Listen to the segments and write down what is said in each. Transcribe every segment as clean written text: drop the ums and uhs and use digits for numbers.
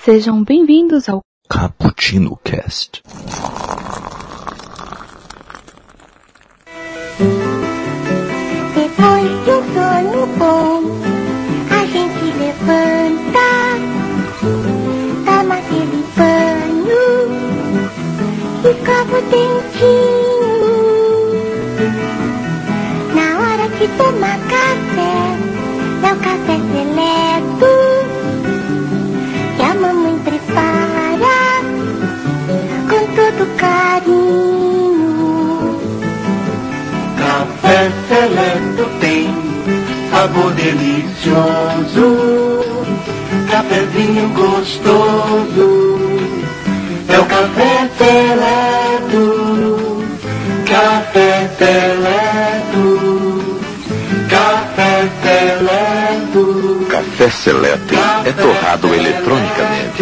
Sejam bem-vindos ao Cappuccino Cast. Depois de um sono bom, a gente levanta, toma aquele banho, escova o dentinho. Na hora de tomar café, é o café seleto que a mamãe prepara com todo carinho. Café Seleto tem sabor delicioso, cafezinho gostoso, é o Café Seleto, Café Seleto, Café Seleto. Café Seleto é torrado eletronicamente.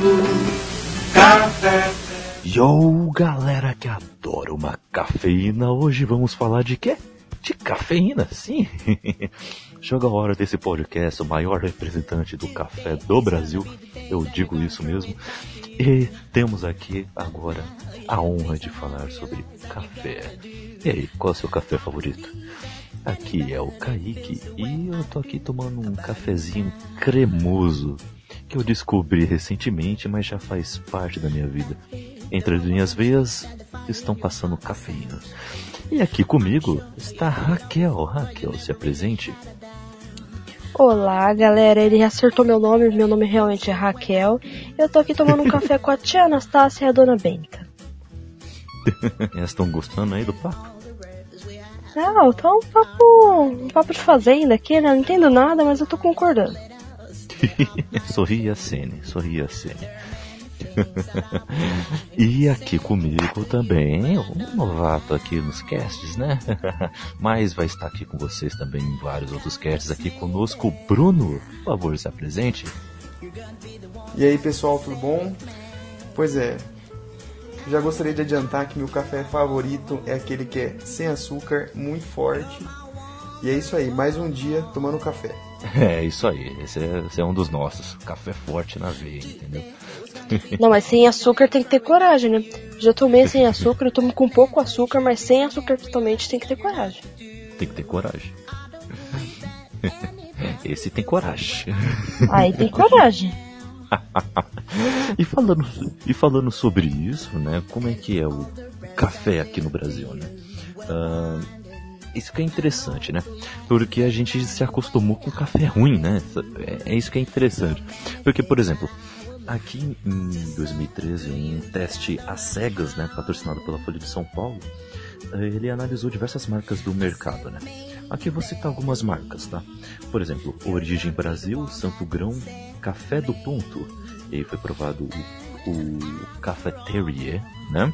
Café. Yo, galera que adora uma cafeína, hoje vamos falar de quê? De cafeína, sim! Chegou a hora desse podcast, o maior representante do café do Brasil, eu digo isso mesmo. E temos aqui agora a honra de falar sobre café. E aí, qual é o seu café favorito? Aqui é o Kaique e eu tô aqui tomando um cafezinho cremoso que eu descobri recentemente, mas já faz parte da minha vida. Entre as minhas veias estão passando cafeína. E aqui comigo está Raquel. Raquel, se apresente. Olá, galera. Ele acertou meu nome realmente é Raquel. Eu tô aqui tomando um café com a tia Anastácia e a dona Benta. Elas estão gostando aí do papo? Não, tá um papo de fazenda aqui, né? Não entendo nada, mas eu tô concordando. Sorria, Sene. E aqui comigo também, um novato aqui nos casts, né? Mas vai estar aqui com vocês também em vários outros casts. Aqui conosco, Bruno. Por favor, se apresente. E aí, pessoal, tudo bom? Pois é, já gostaria de adiantar que meu café favorito é aquele que é sem açúcar, muito forte. E é isso aí, mais um dia tomando café. É isso aí, esse é um dos nossos. Café forte na veia, entendeu? Não, mas sem açúcar tem que ter coragem, né? Já tomei sem açúcar, eu tomo com pouco açúcar, mas sem açúcar totalmente tem que ter coragem. Tem que ter coragem. Esse tem coragem. Aí tem coragem. E falando sobre isso, né? Como é que é o café aqui no Brasil, né? Isso que é interessante, né? Porque a gente se acostumou com café ruim, né? É isso que é interessante. Porque, por exemplo, aqui em 2013, em um teste às cegas, né, patrocinado pela Folha de São Paulo, ele analisou diversas marcas do mercado, né? Aqui vou citar algumas marcas, tá? Por exemplo, Origem Brasil, Santo Grão, Café do Ponto, e aí foi provado o Cafeteria, né?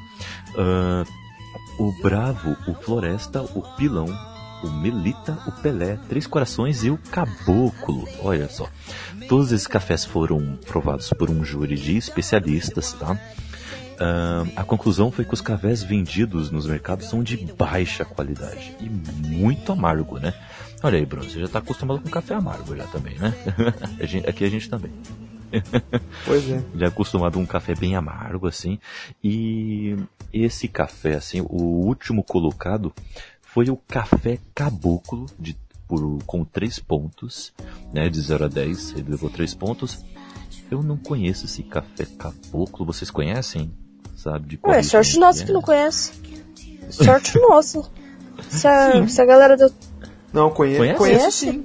O Bravo, o Floresta, o Pilão, o Melita, o Pelé, Três Corações e o Caboclo. Olha só, todos esses cafés foram provados por um júri de especialistas, tá? A conclusão foi que os cafés vendidos nos mercados são de baixa qualidade e muito amargo, né? Olha aí, Bruno, você já está acostumado com café amargo já também, né? Aqui a gente também. Pois é. Já acostumado a um café bem amargo, assim. E esse café, assim, o último colocado foi o Café Caboclo, com 3 pontos, né? De 0 a 10, ele levou 3 pontos. Eu não conheço esse Café Caboclo, vocês conhecem? Sabe de qual? É sorte nossa que não conhece. Sorte nossa. Se a galera deu... Não, conheço Conhece? sim.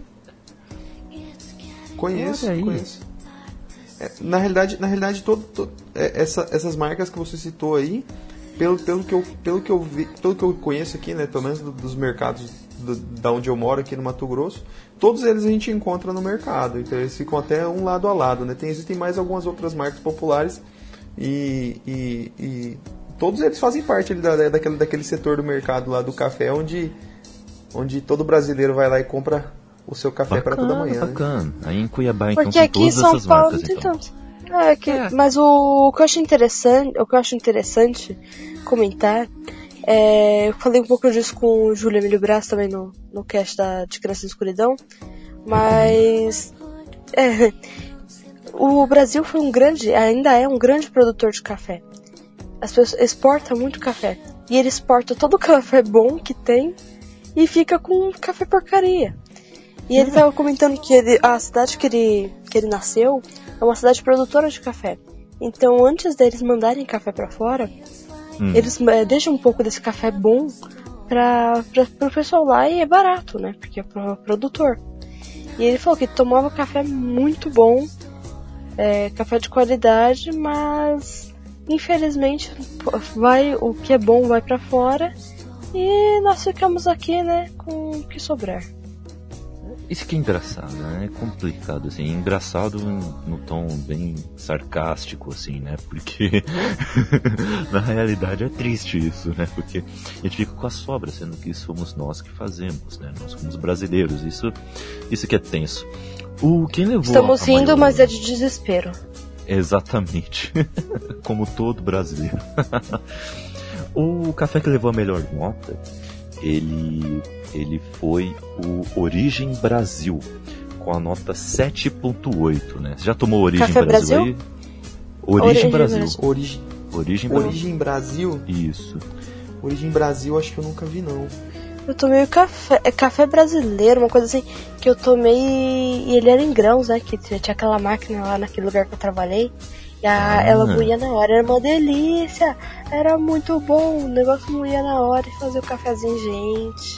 Conheço. Na realidade essas marcas que você citou aí, pelo que eu conheço aqui, né, pelo menos dos mercados da onde eu moro aqui no Mato Grosso, todos eles a gente encontra no mercado, então eles ficam até um lado a lado, né? Existem mais algumas outras marcas populares e todos eles fazem parte ali daquele setor do mercado lá do café, onde todo brasileiro vai lá e compra o seu café para toda manhã. Bacana. Né? Aí em Cuiabá, então, porque tem aqui em todas São essas Paulo marcas, não tem então. tanto. Mas o que eu acho interessante comentar, eu falei um pouco disso com o Júlio Emílio Brás também no cast de Criança na Escuridão, mas o Brasil foi ainda é um grande produtor de café. As pessoas exportam muito café. E ele exporta todo o café bom que tem e fica com café porcaria. E ele tava comentando que a cidade que ele nasceu é uma cidade produtora de café. Então, antes deles mandarem café pra fora, eles deixam um pouco desse café bom pro pessoal lá, e é barato, né? Porque é pro produtor. E ele falou que tomava café muito bom, café de qualidade, mas infelizmente o que é bom vai pra fora e nós ficamos aqui, né, com o que sobrar. Isso que é engraçado, né? É complicado, assim. Engraçado no tom bem sarcástico, assim, né? Porque na realidade é triste isso, né? Porque a gente fica com a sobra, sendo que somos nós que fazemos, né? Nós somos brasileiros. Isso que é tenso. Quem levou Estamos rindo, mas é de desespero. Exatamente. Como todo brasileiro. O café que levou a melhor nota, ele foi o Origem Brasil, com a nota 7.8, né? Você já tomou Origem Café Brasil aí? Origem Brasil. Origem Brasil? Isso. Origem Brasil, acho que eu nunca vi, não. Eu tomei o café brasileiro, uma coisa assim, que eu tomei e ele era em grãos, né? Que tinha aquela máquina lá naquele lugar que eu trabalhei. E ela moía na hora, era uma delícia, era muito bom, o negócio moía na hora e fazia o cafezinho, gente.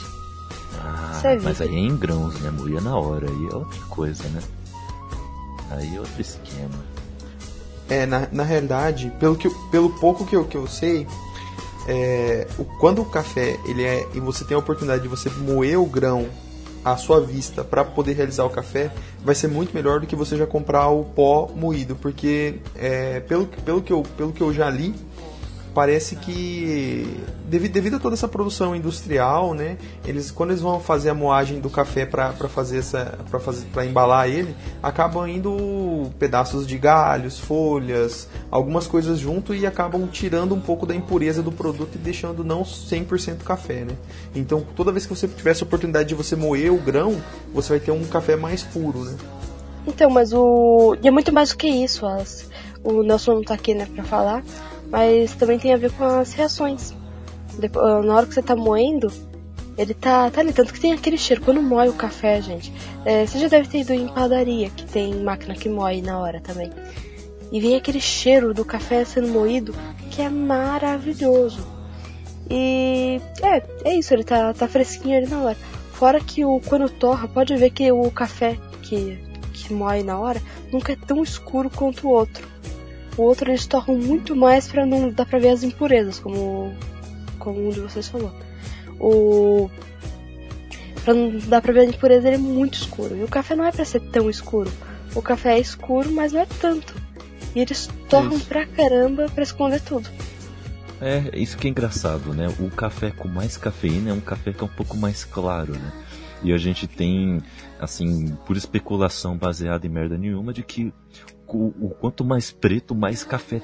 Mas aí é em grãos, né? Moía na hora, aí é outra coisa, né? Aí é outro esquema. Na realidade, pelo pouco que eu sei, quando o café e você tem a oportunidade de você moer o grão à sua vista para poder realizar o café, vai ser muito melhor do que você já comprar o pó moído, porque pelo que eu já li, parece que devido a toda essa produção industrial, né, quando eles vão fazer a moagem do café para embalar ele, acabam indo pedaços de galhos, folhas, algumas coisas junto, e acabam tirando um pouco da impureza do produto e deixando não 100% café, né? Então, toda vez que você tiver essa oportunidade de você moer o grão, você vai ter um café mais puro, né? Então, mas e é muito mais do que isso. O Nelson não tá aqui, né, pra falar, mas também tem a ver com as reações. Na hora que você tá moendo, ele tá ali, tanto que tem aquele cheiro. Quando moe o café, gente, você já deve ter ido em padaria, que tem máquina que moe na hora também. E vem aquele cheiro do café sendo moído, que é maravilhoso. E é isso, ele tá fresquinho ali na hora. Fora que quando torra, pode ver que o café que moe na hora nunca é tão escuro quanto o outro. O outro eles torram muito mais pra não dar pra ver as impurezas, como um de vocês falou. Pra não dar pra ver a impureza, ele é muito escuro. E o café não é pra ser tão escuro. O café é escuro, mas não é tanto. E eles torram pra caramba pra esconder tudo. Isso que é engraçado, né? O café com mais cafeína é um café que é um pouco mais claro, né? E a gente tem, assim, por especulação baseada em merda nenhuma, de que o quanto mais preto, mais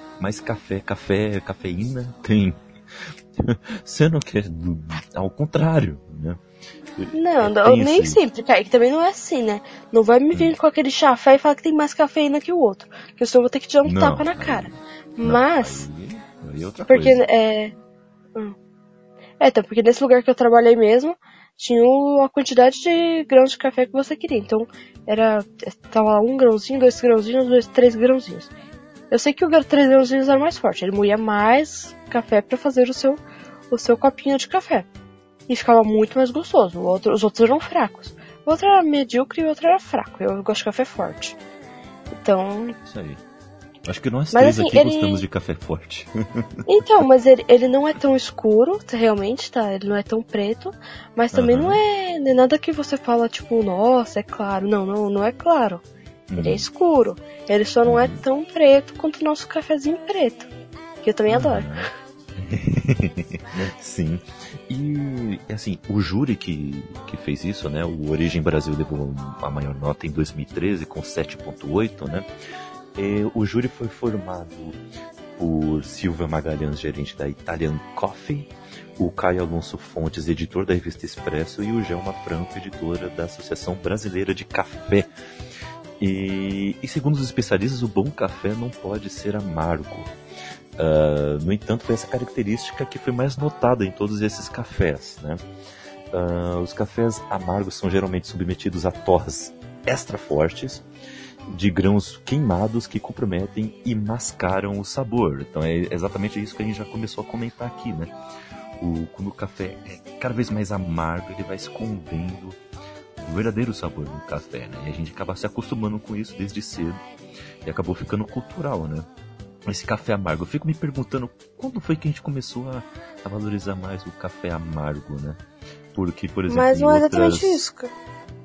cafeína tem. Sendo que é ao contrário, né? Não, nem sempre, cara, que também não é assim, né? Não vai me vir com aquele chafé e falar que tem mais cafeína que o outro, que senão eu vou ter que te dar um tapa na cara. Mas aí é outra porque coisa. então, porque nesse lugar que eu trabalhei mesmo, tinha a quantidade de grãos de café que você queria. Então, tava lá 1 grãozinho, 2 grãozinhos, 3 grãozinhos. Eu sei que o 3 grãozinhos era mais forte. Ele moía mais café pra fazer o seu copinho de café. E ficava muito mais gostoso. Os outros eram fracos. O outro era medíocre e o outro era fraco. Eu gosto de café forte. Então... Isso aí. Acho que nós três aqui gostamos de café forte. Então, mas ele não é tão escuro, realmente, tá? Ele não é tão preto, mas também não é nada que você fala, tipo, nossa, é claro. Não é claro. Ele é escuro. Ele só não é tão preto quanto o nosso cafezinho preto, que eu também adoro. Sim. E, assim, o júri que fez isso, né? O Origem Brasil levou a maior nota em 2013, com 7.8, né? O júri foi formado por Silvia Magalhães, gerente da Italian Coffee, o Caio Alonso Fontes, editor da revista Expresso, e o Gelma Franco, editora da Associação Brasileira de Café. E segundo os especialistas, o bom café não pode ser amargo. No entanto, foi essa característica que foi mais notada em todos esses cafés, né? Os cafés amargos são geralmente submetidos a torras extra fortes de grãos queimados que comprometem e mascaram o sabor. Então é exatamente isso que a gente já começou a comentar aqui, né? Quando o café é cada vez mais amargo, ele vai escondendo o verdadeiro sabor do café, né? E a gente acaba se acostumando com isso desde cedo e acabou ficando cultural, né? Esse café amargo, eu fico me perguntando quando foi que a gente começou a valorizar mais o café amargo, né? Porque, por exemplo, mas não é exatamente isso, cara.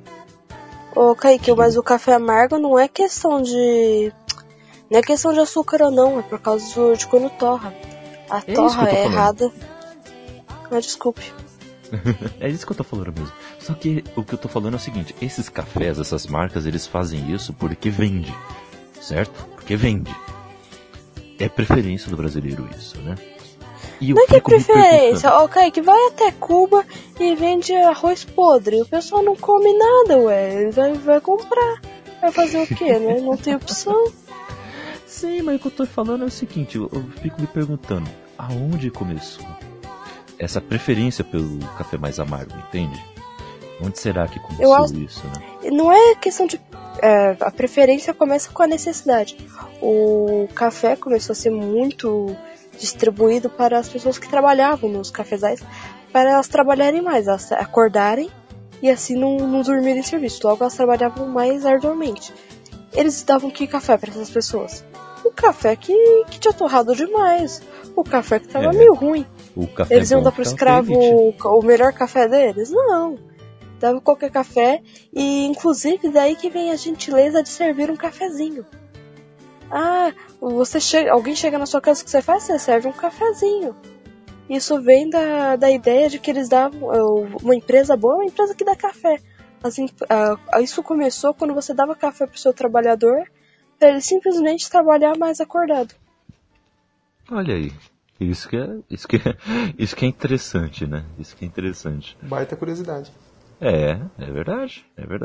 Ô, Kaique, mas o café amargo não é questão de... Não é questão de açúcar ou não, é por causa de quando torra. A torra é errada. Ah, desculpe. É isso que eu tô falando mesmo. Só que o que eu tô falando é o seguinte, esses cafés, essas marcas, eles fazem isso porque vende, certo? Porque vende. É preferência do brasileiro isso, né? E não é que é preferência, ó, Kaique, vai até Cuba e vende arroz podre. O pessoal não come nada, ué. Ele vai comprar. Vai fazer o quê, né? Não tem opção. Sim, mas o que eu tô falando é o seguinte, eu fico me perguntando, aonde começou essa preferência pelo café mais amargo, entende? Onde será que começou isso, né? Não é questão de... a preferência começa com a necessidade. O café começou a ser muito distribuído para as pessoas que trabalhavam nos cafezais, para elas trabalharem mais, elas acordarem e assim não dormirem em serviço. Logo elas trabalhavam mais arduamente. Eles davam que café para essas pessoas? O café que tinha torrado demais. O café que estava meio ruim. O café eles iam dar pro escravo o melhor café deles? Não. Dava qualquer café e inclusive daí que vem a gentileza de servir um cafezinho. Alguém chega na sua casa, o que você faz? Você serve um cafezinho. Isso vem da ideia de que eles davam... Uma empresa boa é uma empresa que dá café. Isso começou quando você dava café pro seu trabalhador, para ele simplesmente trabalhar mais acordado. Olha aí. Isso que é interessante, né? Isso que é interessante. Baita curiosidade. É verdade.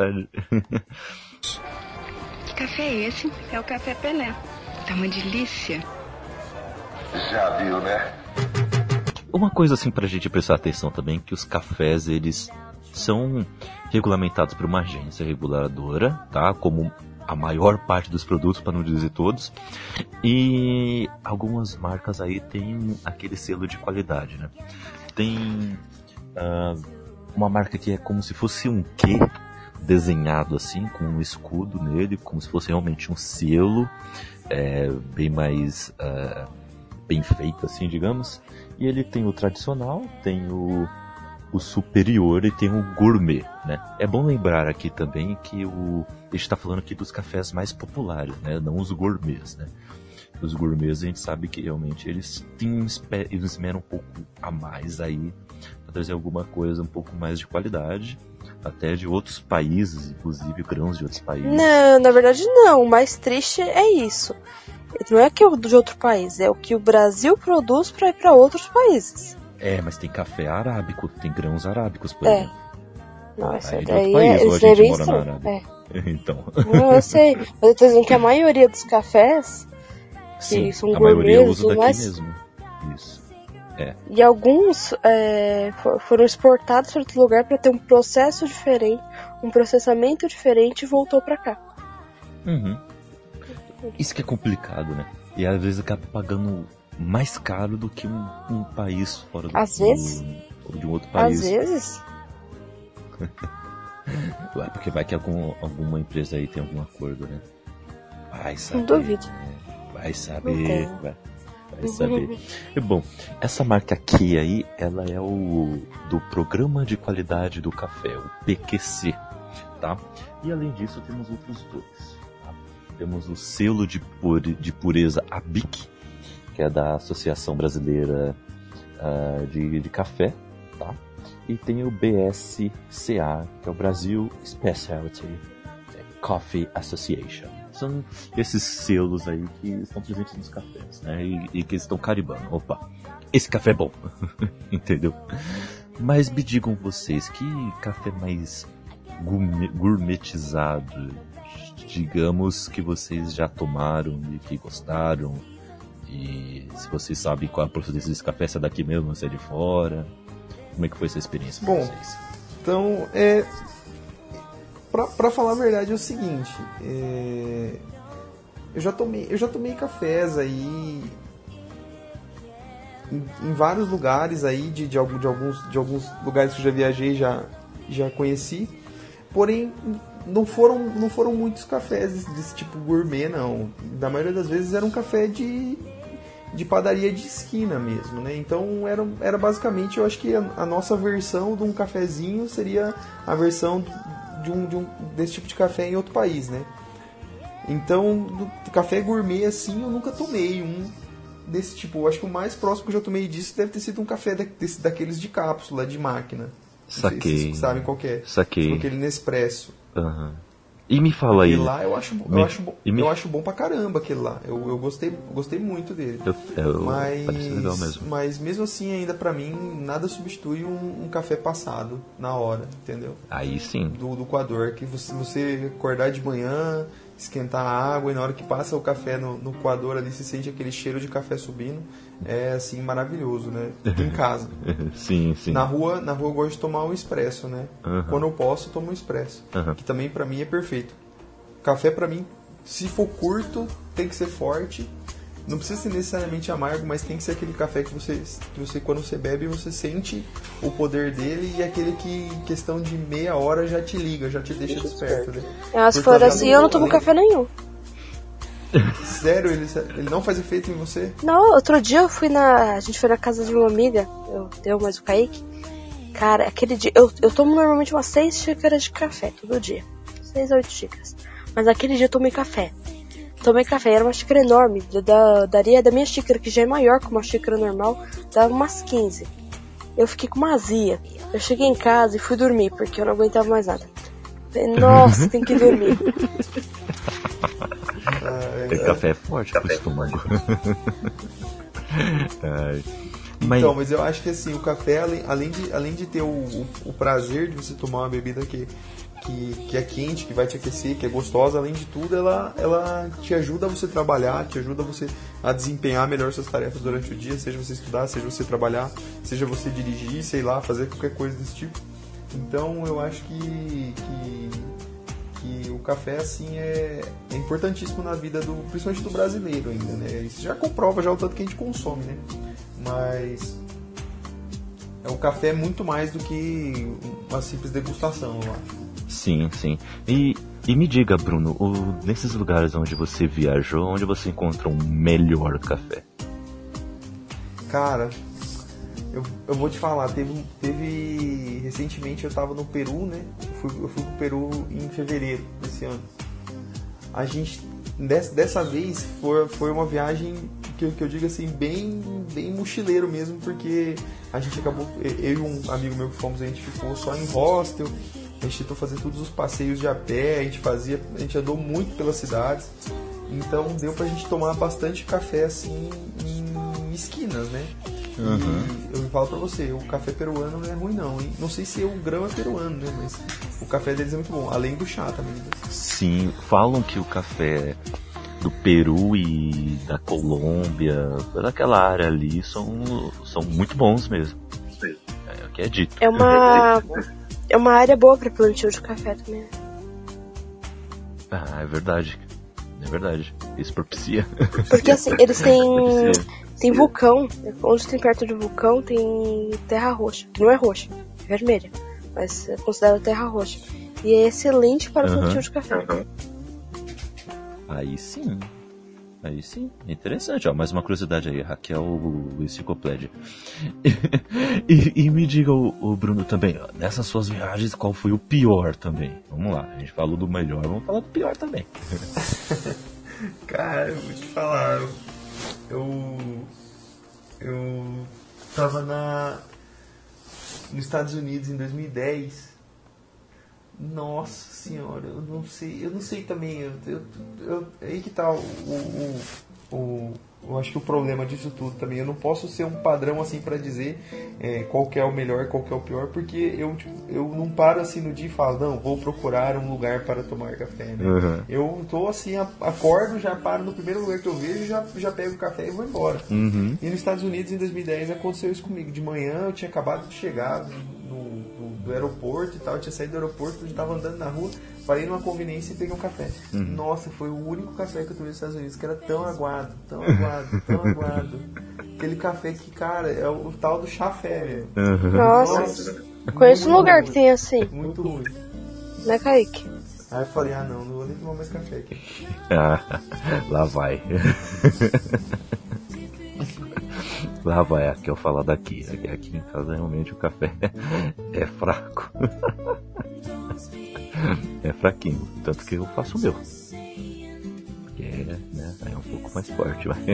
Que café é esse? É o café Pelé. Tá uma delícia. Já viu, né? Uma coisa assim pra gente prestar atenção também, que os cafés, eles são regulamentados por uma agência reguladora, tá? Como a maior parte dos produtos, para não dizer todos. E algumas marcas aí tem aquele selo de qualidade, né? Tem uma marca que é como se fosse um Q desenhado assim, com um escudo nele, como se fosse realmente um selo, bem mais bem feito assim, digamos. E ele tem o tradicional, tem o superior e tem o gourmet, né? É bom lembrar aqui também que a gente está falando aqui dos cafés mais populares, né? Não os gourmets, né? Os gourmets a gente sabe que realmente eles esmeram um pouco a mais aí para trazer alguma coisa um pouco mais de qualidade, até de outros países, inclusive grãos de outros países. Não, na verdade não. O mais triste é isso. Não é que é de outro país, é o que o Brasil produz para ir para outros países. Mas tem café arábico, tem grãos arábicos, por exemplo. Não, isso aí daí país, é bem mora na Arábia. Então. Não, eu sei. Mas eu tô dizendo que a maioria dos cafés, sim, que são a maioria gourmets, usa daqui mais... mesmo. Isso. E alguns foram exportados para outro lugar para ter um processo diferente, um processamento diferente e voltou para cá. Uhum. Isso que é complicado, né? E às vezes acaba pagando mais caro do que um país fora do Às vezes? Ou de um outro país. Às vezes? Porque vai que alguma empresa aí tem algum acordo, né? Vai saber. Não duvido. Né? Vai saber. Vai saber. E, bom, essa marca aqui aí, ela é do Programa de Qualidade do Café, o PQC, tá? E além disso temos outros dois. Tá? Temos o selo de pureza ABIC, que é da Associação Brasileira de Café, tá? E tem o BSCA, que é o Brasil Specialty Coffee Association. São esses selos aí que estão presentes nos cafés, né? E que estão carimbando. Opa, esse café é bom. Entendeu? Mas me digam vocês, que café mais gourmetizado, digamos, que vocês já tomaram e que gostaram. E se vocês sabem qual é a procedência desse café, se é daqui mesmo, se é de fora. Como é que foi essa experiência pra vocês? Então, pra falar a verdade é o seguinte, eu já tomei cafés aí em vários lugares aí, de alguns lugares que eu já viajei, já conheci, porém não foram muitos cafés desse tipo gourmet, não. Da maioria das vezes era um café de padaria de esquina mesmo, né? Então era basicamente, eu acho que a nossa versão de um cafezinho seria a versão desse tipo de café em outro país, né? Então, café gourmet assim eu nunca tomei um desse tipo. Eu acho que o mais próximo que eu já tomei disso deve ter sido um café daqueles de cápsula, de máquina. Saquei. Não sei se vocês sabem qual que é. Saquei. Tipo aquele Nespresso. Uhum. E me fala aí. Aquele lá eu acho bom pra caramba, aquele lá. Eu gostei muito dele. Parece legal mesmo. Mas mesmo assim, ainda pra mim, nada substitui um café passado na hora, entendeu? Aí sim. Do coador, que você acordar de manhã, esquentar a água e na hora que passa o café no coador ali, você sente aquele cheiro de café subindo. É assim, maravilhoso, né? Em casa. Sim. Na rua eu gosto de tomar o expresso, né? Uhum. Quando eu posso, eu tomo o expresso. Uhum. Que também pra mim é perfeito. Café pra mim, se for curto, tem que ser forte. Não precisa ser necessariamente amargo, mas tem que ser aquele café que você quando você bebe, você sente o poder dele e aquele que em questão de meia hora já te liga, já te deixa desperto, né? Se for assim, eu não tomo café nenhum. Sério? Ele não faz efeito em você? Não, outro dia a gente foi na casa de uma amiga, eu mais o Kaique. Cara, aquele dia, eu tomo normalmente umas 6 xícaras de café todo dia. 6 a 8 xícaras. Mas aquele dia eu tomei café. Era uma xícara enorme. Daria da minha xícara, que já é maior que uma xícara normal, dava umas 15. Eu fiquei com uma azia. Eu cheguei em casa e fui dormir, porque eu não aguentava mais nada. Falei, nossa, tem que dormir. Café é forte pro estômago. Mas eu acho que assim, o café, além de ter o prazer de você tomar uma bebida que é quente, que vai te aquecer, que é gostosa, além de tudo, ela te ajuda a você trabalhar, te ajuda você a desempenhar melhor suas tarefas durante o dia, seja você estudar, seja você trabalhar, seja você dirigir, sei lá, fazer qualquer coisa desse tipo. Então eu acho que o café assim é importantíssimo na vida principalmente do brasileiro ainda, né? Isso já comprova já o tanto que a gente consome, né? Mas o café é muito mais do que uma simples degustação, eu acho. Sim. E me diga, Bruno, nesses lugares onde você viajou, onde você encontrou um melhor café? Cara, eu vou te falar, teve recentemente eu tava no Peru, né? Eu fui pro Peru em fevereiro desse ano. A gente, dessa vez, foi uma viagem que eu digo assim, bem mochileiro mesmo, porque a gente acabou, eu e um amigo meu que fomos, a gente ficou só em hostel, a gente tentou fazer todos os passeios de a pé, a gente andou muito pelas cidades, então deu pra gente tomar bastante café assim em esquinas, né? Uhum. E eu falo pra você, o café peruano não é ruim não, hein? Não sei se o grão é peruano, né? Mas o café deles é muito bom, além do chá também. Né? Sim, falam que o café do Peru e da Colômbia, daquela área ali, são muito bons mesmo. É o que é dito. É uma área boa para plantio de café também. É verdade. Isso propicia. Porque assim, eles tem vulcão. Onde tem perto de vulcão tem terra roxa. Que não é roxa, é vermelha. Mas é considerada terra roxa. E é excelente para plantio de café. Aí sim, interessante. Ó, mais uma curiosidade aí, Raquel Enciclopédia. e me diga, o Bruno, também, ó, nessas suas viagens, qual foi o pior também? Vamos lá, a gente falou do melhor, vamos falar do pior também. Cara, eu vou te falar, eu tava nos Estados Unidos em 2010. Nossa senhora, eu não sei também. Aí que tá o Eu acho que o problema disso tudo também, eu não posso ser um padrão assim pra dizer qual que é o melhor, qual que é o pior, porque eu não paro assim no dia e falo, não, vou procurar um lugar para tomar café, né? Uhum. Eu tô assim, acordo, já paro no primeiro lugar que eu vejo, já pego o café e vou embora. Uhum. E nos Estados Unidos, em 2010, aconteceu isso comigo. De manhã, eu tinha acabado de chegar do aeroporto e tal, eu tinha saído do aeroporto, eu estava andando na rua, parei numa conveniência e peguei um café. Nossa, foi o único café que eu tomei nos Estados Unidos que era tão aguado, tão aguado, tão aguado. Aquele café que, cara, é o tal do chafé, meu. Uhum. Nossa, conheço um lugar que tem assim, Muito ruim. né, Kaique? Aí eu falei, não vou nem tomar mais café aqui. Lá vai. Lá vai a que eu falar daqui. Aqui em casa realmente o café é fraco. É fraquinho. Tanto que eu faço o meu. Que é um pouco mais forte, mas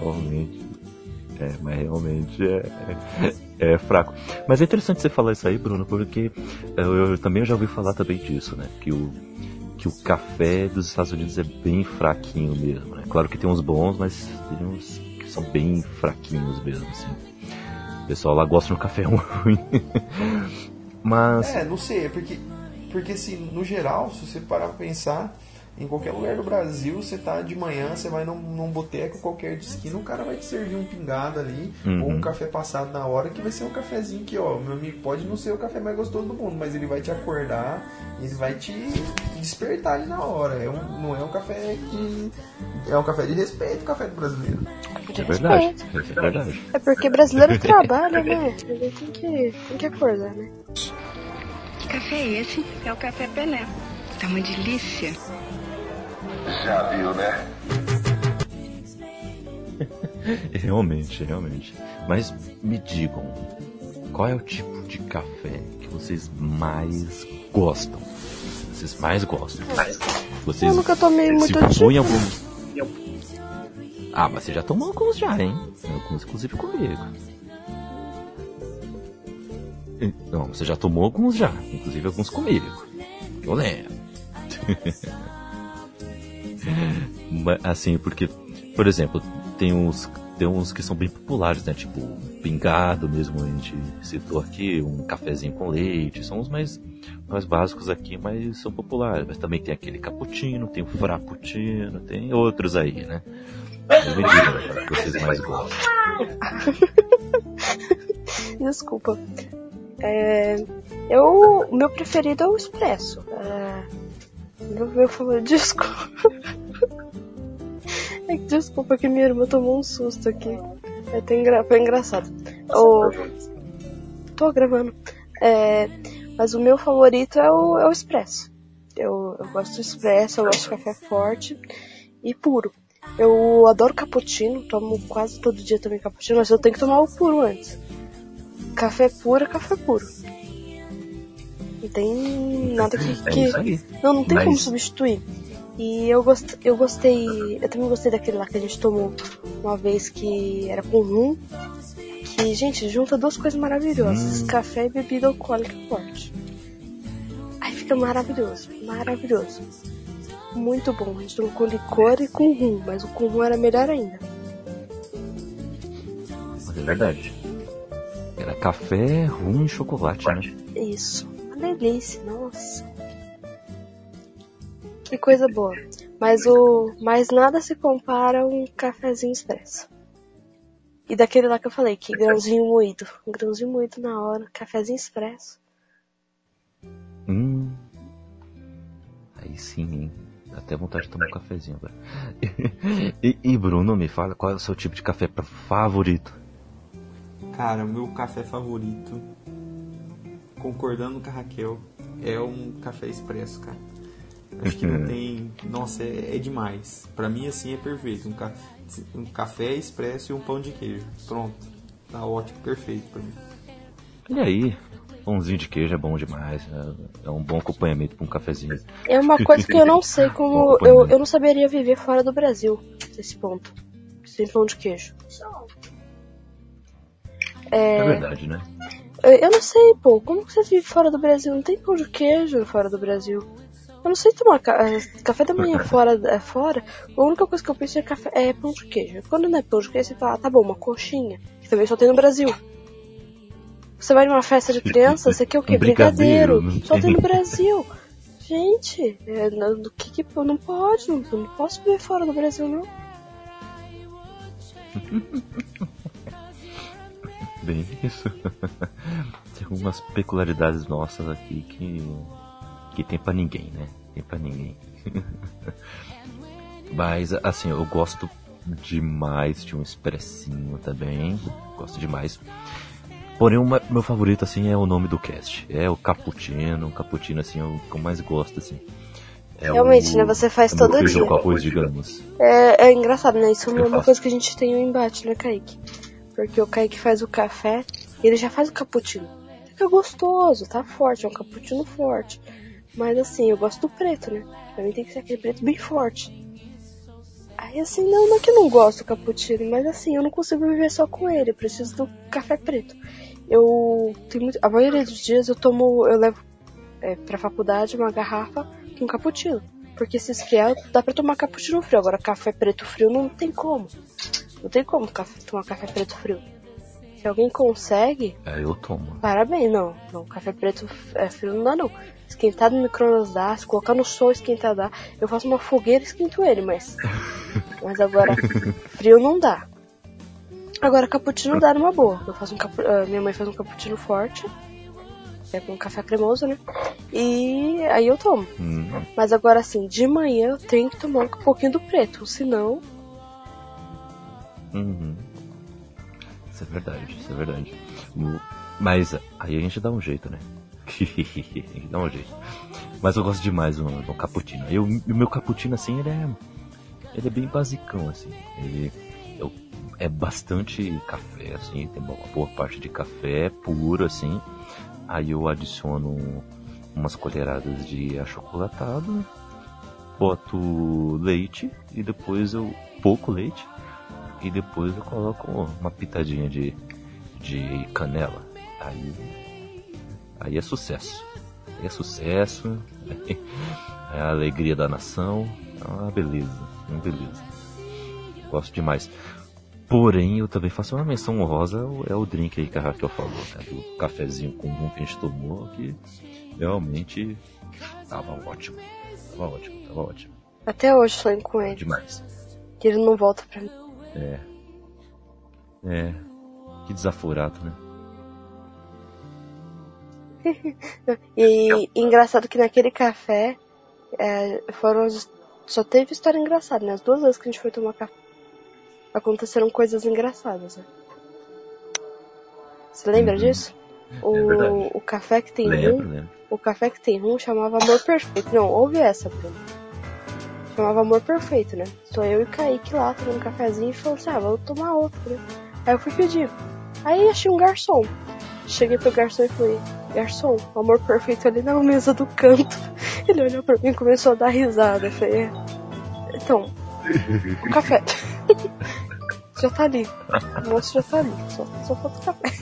realmente é fraco. Mas é interessante você falar isso aí, Bruno, porque eu também já ouvi falar também disso, né? Que o café dos Estados Unidos é bem fraquinho mesmo, né? Claro que tem uns bons, mas tem uns que são bem fraquinhos mesmo, assim. O pessoal lá gosta de um café ruim. Mas... não sei, porque assim, no geral, se você parar pra pensar, em qualquer lugar do Brasil, você tá de manhã, você vai num boteco qualquer de esquina, o cara vai te servir um pingado ali, ou um café passado na hora, que vai ser um cafezinho que, ó, meu amigo, pode não ser o café mais gostoso do mundo, mas ele vai te acordar, ele vai te despertar ali na hora. Não é um café que... É um café de respeito, o café do brasileiro. É verdade, é verdade. É porque brasileiro trabalha, né? Ele tem que acordar, né? Que café é esse? É o Café Pelé. Tá uma delícia. Já viu, né? Realmente. Mas me digam, qual é o tipo de café que vocês mais gostam? Vocês mais gostam? Vocês, Eu nunca tomei muito tipo. tipo. Mas você já tomou alguns já, hein? Alguns, inclusive comigo. Não, você já tomou alguns já, inclusive alguns comigo. Eu lembro. Assim, porque, por exemplo, tem uns que são bem populares, né? Tipo, pingado mesmo, a gente citou aqui, um cafezinho com leite, são os mais básicos aqui, mas são populares. Mas também tem aquele cappuccino, tem o frappuccino, tem outros aí, né? Me digam, que vocês mais gostam. Desculpa. O meu preferido é o expresso. Meu favorito. Desculpa que minha irmã tomou um susto aqui. Foi engraçado. Tô gravando. Mas o meu favorito é o expresso. Eu gosto do expresso, eu gosto de café forte e puro. Eu adoro cappuccino, tomo quase todo dia também cappuccino, mas eu tenho que tomar o puro antes. Café puro é café puro. Não tem nada que... Não tem como substituir. E eu também gostei daquele lá que a gente tomou uma vez, que era com rum, que, gente, junta duas coisas maravilhosas, café e bebida alcoólica forte. Aí fica maravilhoso. Muito bom. A gente tomou com licor e com rum, mas o com rum era melhor ainda. Mas é verdade. Era café, rum e chocolate, né? Isso. Uma delícia, nossa. Que coisa boa. Mas nada se compara a um cafezinho expresso. E daquele lá que eu falei, que grãozinho moído. Um grãozinho moído na hora, cafezinho expresso. Aí sim, hein? Dá até vontade de tomar um cafezinho agora. E Bruno, me fala, qual é o seu tipo de café favorito? Cara, o meu café favorito, concordando com a Raquel, é um café expresso, cara. Acho que não tem... Nossa, é demais. Pra mim, assim, é perfeito. Um café expresso e um pão de queijo. Pronto. Tá ótimo, perfeito pra mim. E aí? Pãozinho de queijo é bom demais. É um bom acompanhamento pra um cafezinho. É uma coisa que eu não sei como... eu não saberia viver fora do Brasil, nesse ponto. Sem pão de queijo. É verdade, né? Eu não sei, pô. Como que você vive fora do Brasil? Não tem pão de queijo fora do Brasil. Eu não sei tomar café da manhã fora. A única coisa que eu penso é pão de queijo. Quando não é pão de queijo, você fala, tá bom, uma coxinha. Que também só tem no Brasil. Você vai numa festa de criança, você quer o quê? Brigadeiro. Só tem no Brasil. Gente, não pode, não posso beber fora do Brasil, não. Bem isso. Tem algumas peculiaridades nossas aqui que tem pra ninguém, né? Tem pra ninguém. Mas, assim, eu gosto demais de um expressinho também. Gosto demais. Porém, meu favorito, assim, é o nome do cast. É o cappuccino. O cappuccino, assim, é o que eu mais gosto, assim. Realmente, né? Você faz todo dia. Feijão com arroz, digamos. É engraçado, né? Isso é uma coisa que a gente tem um embate, né, Kaique? Porque o Kaique faz o café e ele já faz o cappuccino. Fica gostoso, tá forte, é um cappuccino forte. Mas assim, eu gosto do preto, né? Pra mim tem que ser aquele preto bem forte. Aí assim, não é que eu não gosto do cappuccino, mas assim, eu não consigo viver só com ele, eu preciso do café preto. A maioria dos dias eu levo pra faculdade uma garrafa com cappuccino. Porque se esfriar, dá pra tomar cappuccino frio. Agora café preto frio não tem como. Não tem como tomar café preto frio. Se alguém consegue... eu tomo. Parabéns, não. Café preto frio não dá, não. Esquentar no micro-ondas dá, se colocar no sol esquentar dá. Eu faço uma fogueira e esquento ele, mas agora frio não dá. Agora cappuccino dá numa boa. Minha mãe faz um cappuccino forte, com café cremoso, né? E aí eu tomo. Mas agora assim, de manhã eu tenho que tomar um pouquinho do preto, senão... Isso é verdade. Mas aí a gente dá um jeito, né? Dá um jeito. Mas eu gosto demais do cappuccino. O meu cappuccino, assim, ele é bem basicão, assim. É bastante café, assim. Tem uma boa parte de café puro, assim. Aí eu adiciono umas colheradas de achocolatado, boto leite e depois pouco leite. E depois eu coloco uma pitadinha de canela. Aí é sucesso. É a alegria da nação. É uma beleza. Gosto demais. Porém, eu também faço uma menção honrosa. É o drink aí que a Raquel falou, né? Do cafezinho com rum que a gente tomou, que realmente tava ótimo. Até hoje sonho com ele. Demais. Que ele não volta pra mim. Que desaforado, né? E engraçado que naquele café só teve história engraçada, né? As 2 vezes que a gente foi tomar café aconteceram coisas engraçadas, né? Você lembra disso? O café que tem rum, o café que tem rum chamava Amor Perfeito. Não, ouve essa, Bruno. Chamava Amor Perfeito, né? Só eu e o Kaique lá tomando um cafezinho e falou assim, vou tomar outro, né? Aí eu fui pedir. Aí achei um garçom. Cheguei pro garçom e falei, garçom, Amor Perfeito ali na mesa do canto. Ele olhou pra mim e começou a dar risada. Eu falei, então, o café já tá ali. O moço já tá ali. Só falta o café.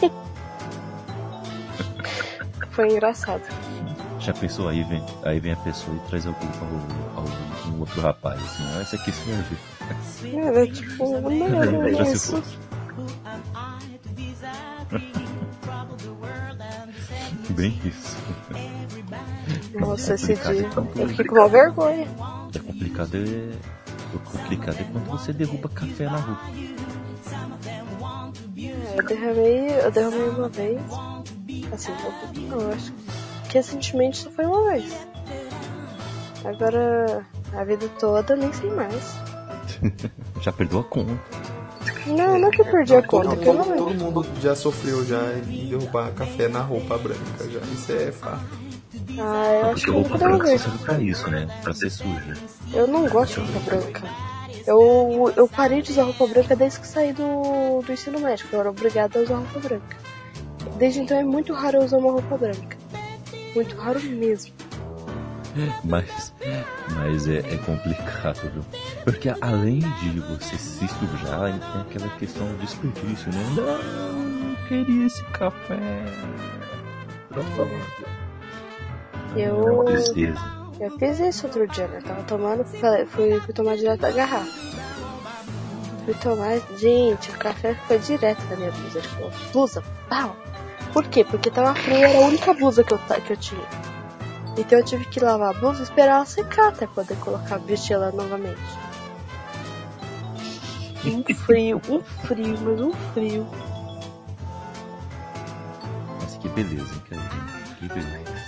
Foi engraçado. Já pensou, aí vem a pessoa e traz um outro rapaz, assim, esse aqui serve. Tipo, não é isso. Bem isso. Nossa, esse dia eu fiquei com uma vergonha. O complicado é quando você derruba café na rua. Eu derramei uma vez. Assim, eu acho que recentemente só foi uma vez. Agora, a vida toda, nem sei mais. Já perdeu a conta. Não é que eu perdi a conta. Todo mundo já sofreu em derrubar café na roupa branca. Já. Isso é fato. Eu acho que roupa branca só serve pra isso, né? Pra ser suja. Eu não gosto de roupa branca. Eu parei de usar roupa branca desde que saí do ensino médio. Eu era obrigada a usar roupa branca. Desde então é muito raro eu usar uma roupa branca. Muito raro mesmo. Mas é complicado, viu? Porque além de você se sujar, tem aquela questão do desperdício, né? Não, eu queria esse café. Eu... Tristeza. Eu fiz isso outro dia, né? Tava tomando, fui tomar direto da garrafa. Fui tomar, gente, o café foi direto da minha blusa. Tipo, blusa, pau. Por quê? Porque tava frio, era a única blusa que eu tinha. Então eu tive que lavar a blusa e esperar ela secar até poder vestir ela novamente. Um frio, mas um frio. Mas que beleza, hein, cara? Que beleza.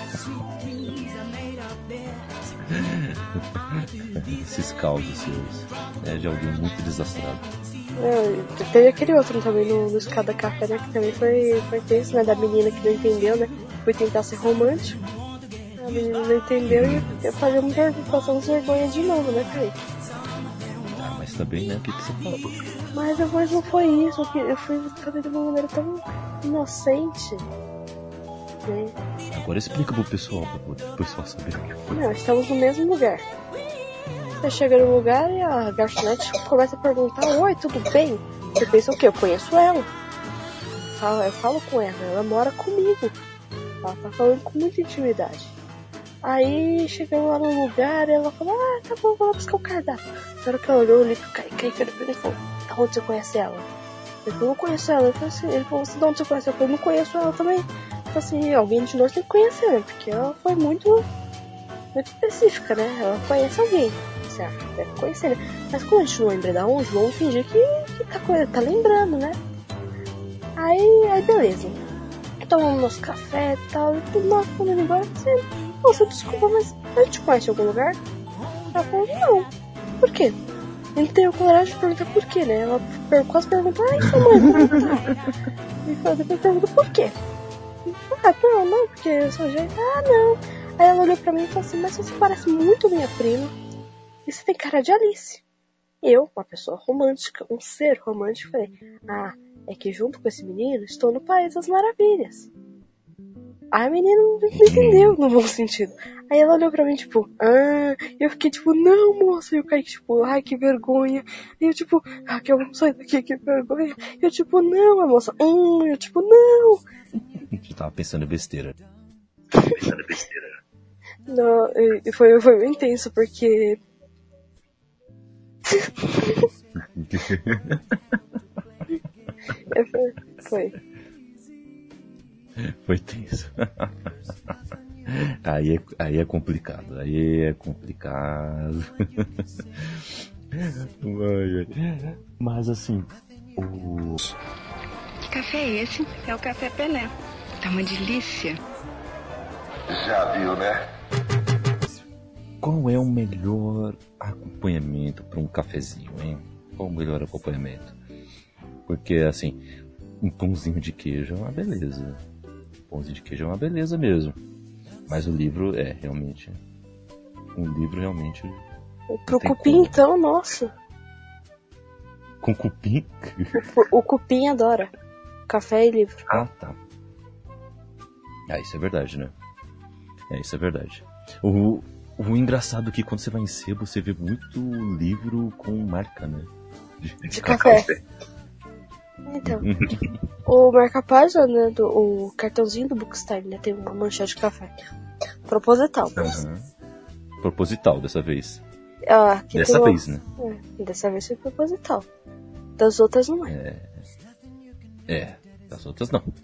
Esses causos seus, de alguém muito desastrado. Teve aquele outro também no Escada Café, né? Que também foi tenso, né? Da menina que não entendeu, né? Foi tentar ser romântico. A menina não entendeu e passamos vergonha de novo, né, Kaique? Ah, mas também, né? O que você falou? Mas não foi isso. Eu fui fazer de uma maneira tão inocente. Né? Agora explica pro pessoal saber o que foi. Não, estamos no mesmo lugar. Você chega no lugar e a garçonete começa a perguntar: oi, tudo bem? Você pensa o quê? Eu conheço ela. Eu falo com ela mora comigo. Ela tá falando com muita intimidade. Aí chegamos lá no lugar e ela falou: tá bom, vou lá buscar o cardápio. Na hora que ela olhou ali pro Kaique e falou: da onde você conhece ela? Ele falou: não conheço ela. Ele falou: de onde você conhece ela? Eu falei: não conheço ela também. Eu falei assim: alguém de nós tem que conhecer, né? Porque ela foi muito específica, né? Ela conhece alguém. Certo, deve conhecer, né? Mas como a gente não lembra da onde, vamos fingir que tá lembrando, né? Aí beleza. Tomamos nosso café e tal, e tudo nós fomos embora. Nossa, desculpa, mas a gente conhece algum lugar? Ela falou: não. Por quê? Ele teve a coragem de perguntar por quê, né? Ela quase perguntou: sua mãe, vou perguntar. E depois perguntou por quê? Não, porque eu sou gente. Não. Aí ela olhou pra mim e falou assim: mas você parece muito minha prima. E você tem cara de Alice. Eu, uma pessoa romântica, um ser romântico, falei: é que junto com esse menino estou no País das Maravilhas. Aí a menina não entendeu no bom sentido. Aí ela olhou pra mim, tipo, eu fiquei tipo, não, moça. E o Kaique, tipo, ai, que vergonha. E eu, tipo, que eu vou sair daqui, que vergonha. E eu, tipo, não, a moça, eu, tipo, não. Eu tava pensando em besteira. Não, e foi bem intenso, porque... Foi tenso. Aí é complicado. Mas assim, Que café é esse? É o Café Pelé. Tá uma delícia. Já viu, né? qual é o melhor acompanhamento para um cafezinho, hein? Qual o melhor acompanhamento? Porque, assim, um pãozinho de queijo é uma beleza. Um pãozinho de queijo é uma beleza mesmo. Mas o livro é realmente... Um livro realmente... Pro cupim, então, nossa. Com cupim? O cupim adora. Café e livro. Ah, tá. Ah, isso é verdade, né? Isso é verdade. O engraçado é que quando você vai em sebo, você vê muito livro com marca, né? De café. Então, o marca-página, né, o cartãozinho do Bookstime, né, tem uma mancha de café. Proposital. Proposital, dessa vez. Dessa vez, né? Dessa vez foi proposital. Das outras não é. Das outras não.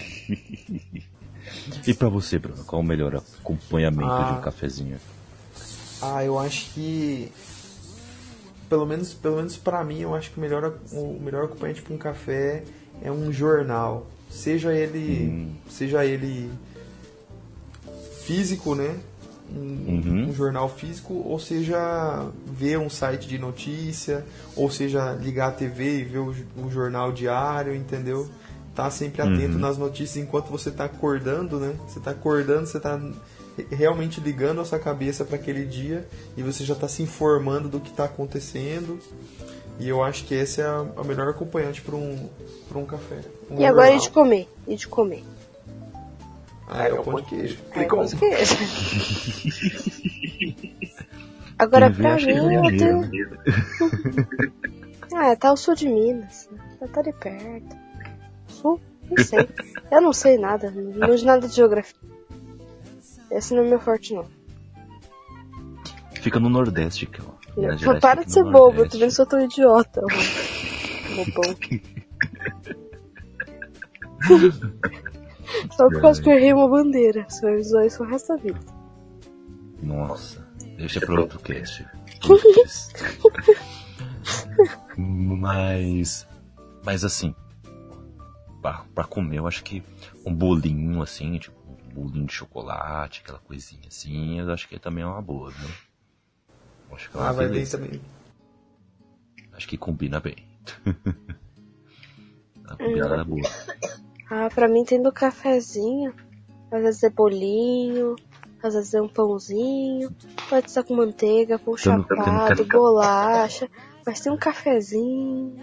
E pra você, Bruno, qual o melhor acompanhamento de um cafezinho? Eu acho que... Pelo menos pra mim, eu acho que o melhor acompanhante para um café é um jornal. Seja ele físico, né? Um jornal físico, ou seja, ver um site de notícia, ou seja, ligar a TV e ver o jornal diário, entendeu? Tá sempre atento nas notícias enquanto você tá acordando, né? Você tá acordando, você tá realmente ligando a sua cabeça para aquele dia e você já tá se informando do que tá acontecendo. E eu acho que esse é a melhor acompanhante para um café. E agora e de comer? É o pão de queijo. Agora pra mim eu tenho... tá o sul de Minas. Tá ali perto. Sul? Não sei. Eu não sei nada. Não sei nada de geografia. Esse não é meu forte, não. fica no Nordeste, que Minas Gerais Para fica de ser no bobo, eu Nordeste. também sou tão idiota. Bobão. Só por causa que eu errei uma bandeira. Você vai usar isso o resto da vida. Nossa, deixa pra outro cast. Putz. Mas assim, pra comer eu acho que um bolinho assim, tipo um bolinho de chocolate, aquela coisinha assim, eu acho que também é uma boa, viu? Acho que é uma vai bem beleza. também. Acho que combina bem. A combinada boa. Pra mim tem do cafezinho. Às vezes é bolinho, às vezes é um pãozinho, pode ser com manteiga, pão Tendo chapado, café. bolacha, mas tem um cafezinho.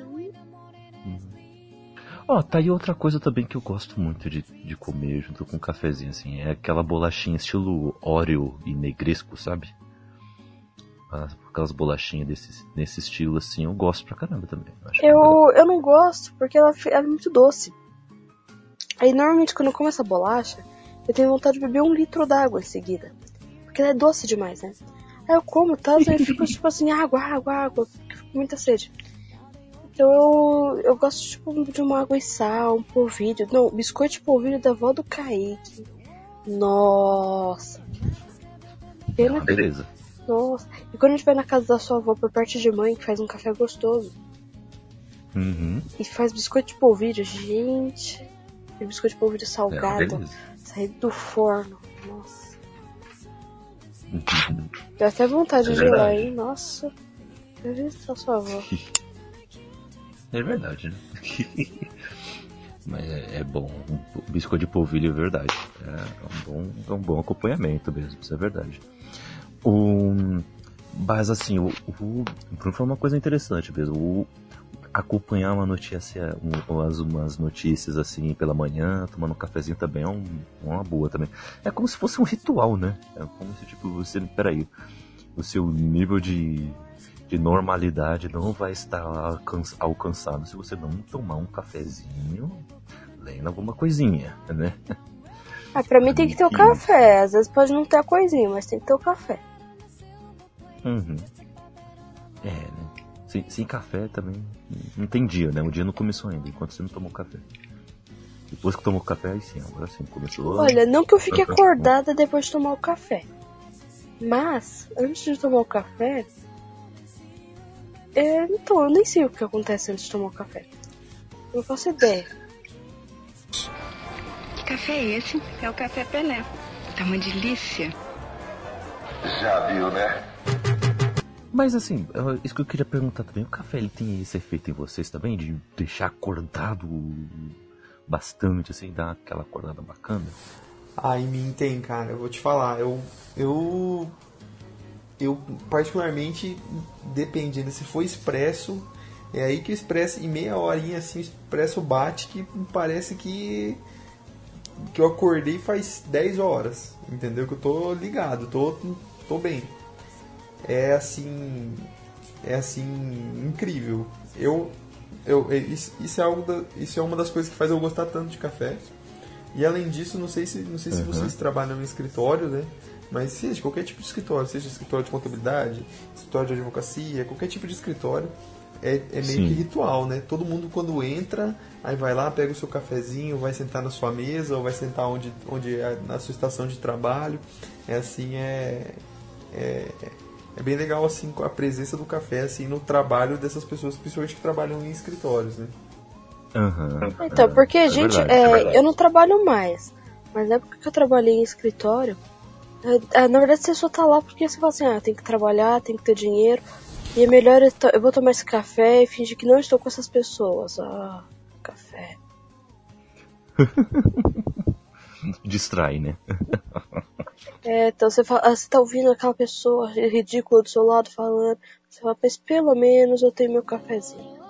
Tá aí outra coisa também que eu gosto muito de comer junto com um cafezinho, assim, é aquela bolachinha estilo Oreo e negresco, sabe? Aquelas bolachinhas nesse estilo, assim, eu gosto pra caramba também. Acho Eu não gosto, porque ela é muito doce. Aí normalmente quando eu como essa bolacha, eu tenho vontade de beber 1 litro d'água em seguida. Porque ela é doce demais, né? Aí eu como, tá? Aí eu fico tipo assim, água, fico com muita sede. Então eu gosto tipo de uma água e sal, um polvilho. Não, biscoito de polvilho da avó do Kaique. Nossa. Pena que... beleza. Nossa. E quando a gente vai na casa da sua avó por parte de mãe, que faz um café gostoso. Uhum. E faz biscoito de polvilho, gente. E biscoito de polvilho salgado. beleza. Saído do forno. Nossa. Uhum. Deu até vontade É de ir lá, verdade. hein? Nossa. Eu visitar sua avó. É verdade, né? Mas é bom. Um biscoito de polvilho é verdade. É um bom acompanhamento mesmo, isso é verdade. Mas assim, o Bruno foi uma coisa interessante mesmo. Acompanhar umas notícias assim pela manhã, tomando um cafezinho também é uma boa também. É como se fosse um ritual, né? É como se tipo, peraí, o seu nível de normalidade não vai estar alcançado se você não tomar um cafezinho lendo alguma coisinha, né? Pra mim tem que ter o café. Às vezes pode não ter a coisinha, mas tem que ter o café. Uhum. Né? Sem café também não tem dia, né? O dia não começou ainda, enquanto você não tomou café. Depois que tomou café, aí sim, agora sim, começou. Olha, não que eu fique acordada depois de tomar o café. Mas, antes de tomar o café... Então, eu nem sei o que acontece antes de tomar o café. Não faço ideia. Que café é esse? É o Café Pelé. Tá uma delícia. Já viu, né? Mas assim, isso que eu queria perguntar também, o café ele tem esse efeito em vocês também? De deixar acordado bastante, assim, dar aquela acordada bacana? Em mim tem, cara, eu vou te falar, eu particularmente, dependendo, se for expresso, é aí que o expresso, em meia horinha assim, o expresso bate, que parece que eu acordei faz 10 horas, entendeu? Que eu tô ligado, tô bem. É assim, incrível. Isso é uma das coisas que faz eu gostar tanto de café. E além disso, não sei se vocês trabalham em escritório, né? Mas seja qualquer tipo de escritório, seja escritório de contabilidade, escritório de advocacia, qualquer tipo de escritório, é meio que ritual, né? Todo mundo quando entra, aí vai lá, pega o seu cafezinho, vai sentar na sua mesa, ou vai sentar onde é na sua estação de trabalho. É bem legal assim a presença do café assim no trabalho dessas pessoas, principalmente que trabalham em escritórios, né? Então, porque, gente, verdade. eu não trabalho mais. Mas na época que eu trabalhei em escritório, na verdade você só tá lá porque você fala assim, tem que trabalhar, tem que ter dinheiro. E é melhor eu vou tomar esse café e fingir que não estou com essas pessoas. Café. Distrai, né? Então você tá ouvindo aquela pessoa ridícula do seu lado falando. Você fala, mas pelo menos eu tenho meu cafezinho.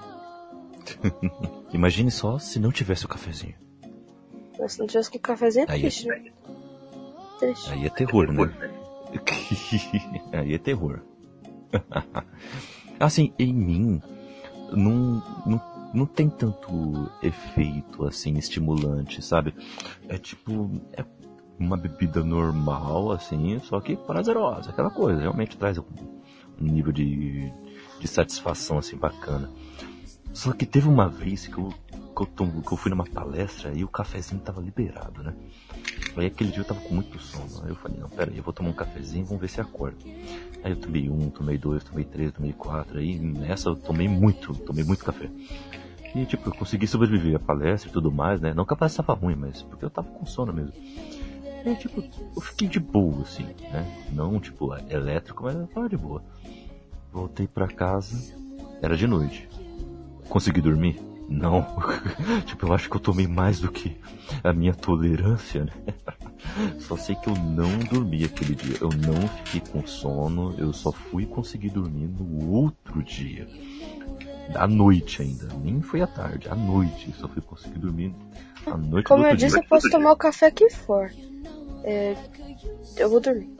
Imagine só se não tivesse o cafezinho. Mas se não tivesse com cafezinho é Aí triste, né? Triste. Aí é terror, né? Aí é terror. Assim, em mim não tem tanto efeito assim estimulante, sabe? É tipo, uma bebida normal, assim, só que prazerosa, aquela coisa, realmente traz um nível de satisfação, assim, bacana. Só que teve uma vez que eu fui numa palestra e o cafezinho tava liberado, né? Aí aquele dia eu tava com muito sono. Aí eu falei, não, pera aí, eu vou tomar um cafezinho, vamos ver se acorda. Aí eu tomei 1, tomei 2, tomei 3, tomei 4. Aí nessa eu tomei muito café. E tipo, eu consegui sobreviver à palestra e tudo mais, né? Não que a palestra tava ruim, mas porque eu tava com sono mesmo. E tipo, eu fiquei de boa, assim, né? Não tipo elétrico, mas eu tava de boa. Voltei pra casa, era de noite. Consegui dormir? Não. Tipo, eu acho que eu tomei mais do que a minha tolerância, né? Só sei que eu não dormi aquele dia. Eu não fiquei com sono. Eu só fui conseguir dormir no outro dia. À noite ainda. Nem foi à tarde. À noite. Eu só fui conseguir dormir à noite. Como eu disse, eu posso tomar o café que for. Eu vou dormir.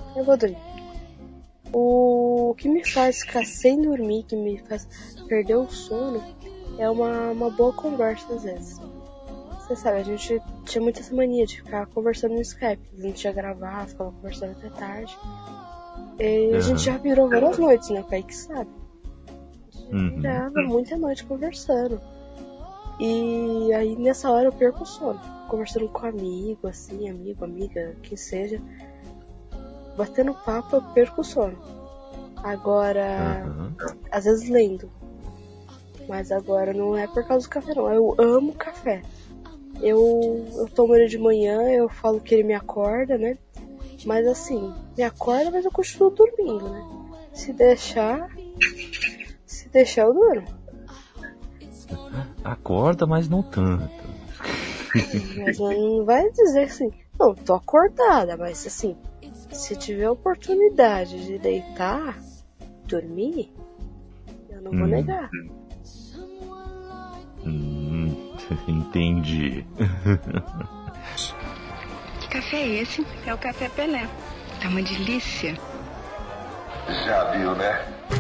O que me faz ficar sem dormir, que me faz perder o sono, é uma boa conversa às vezes. Você sabe, a gente tinha muita essa mania de ficar conversando no Skype. A gente ia gravar, ficava conversando até tarde. E a gente já virou várias noites, né? Pai que sabe. Virava muita noite conversando. E aí nessa hora eu perco o sono. Conversando com amigo, assim, amiga, que seja. Batendo papo eu perco o sono. Agora, às vezes lendo. Mas agora não é por causa do café, não. Eu amo café. Eu tomo ele de manhã, eu falo que ele me acorda, né? Mas assim, me acorda, mas eu continuo dormindo, né? Se deixar eu durmo. Acorda, mas não tanto. Mas não vai dizer assim, não, tô acordada, mas assim, se tiver oportunidade de deitar, dormir, eu não vou negar. Entendi. Que café é esse? É o Café Pelé. Tá uma delícia. Já viu, né?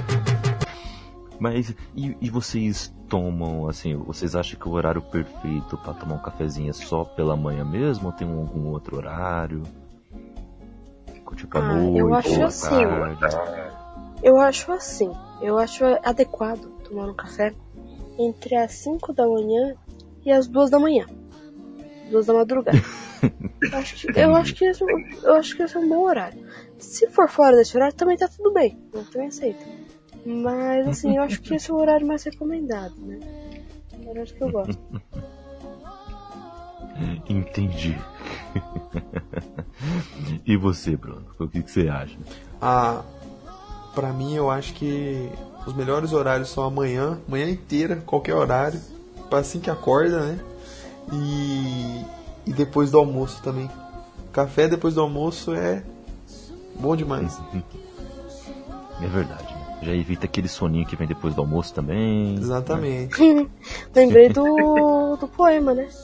Mas, e vocês tomam, assim, vocês acham que o horário perfeito pra tomar um cafezinho é só pela manhã mesmo? Ou tem algum outro horário? Tipo à noite, eu acho ou à assim. tarde? Eu acho adequado tomar um café entre as 5 da manhã e as 2 da manhã. 2 da madrugada. Eu acho que esse é um bom horário. Se for fora desse horário, também tá tudo bem. Eu também aceito. Mas assim, eu acho que esse é o horário mais recomendado, né? É o horário que eu gosto. Entendi. E você, Bruno? O que você acha? Pra mim, eu acho que os melhores horários são manhã inteira, qualquer horário, assim que acorda, né? E depois do almoço também. Café depois do almoço é bom demais. É verdade, né? Já evita aquele soninho que vem depois do almoço também. Exatamente. Lembrei do poema, né?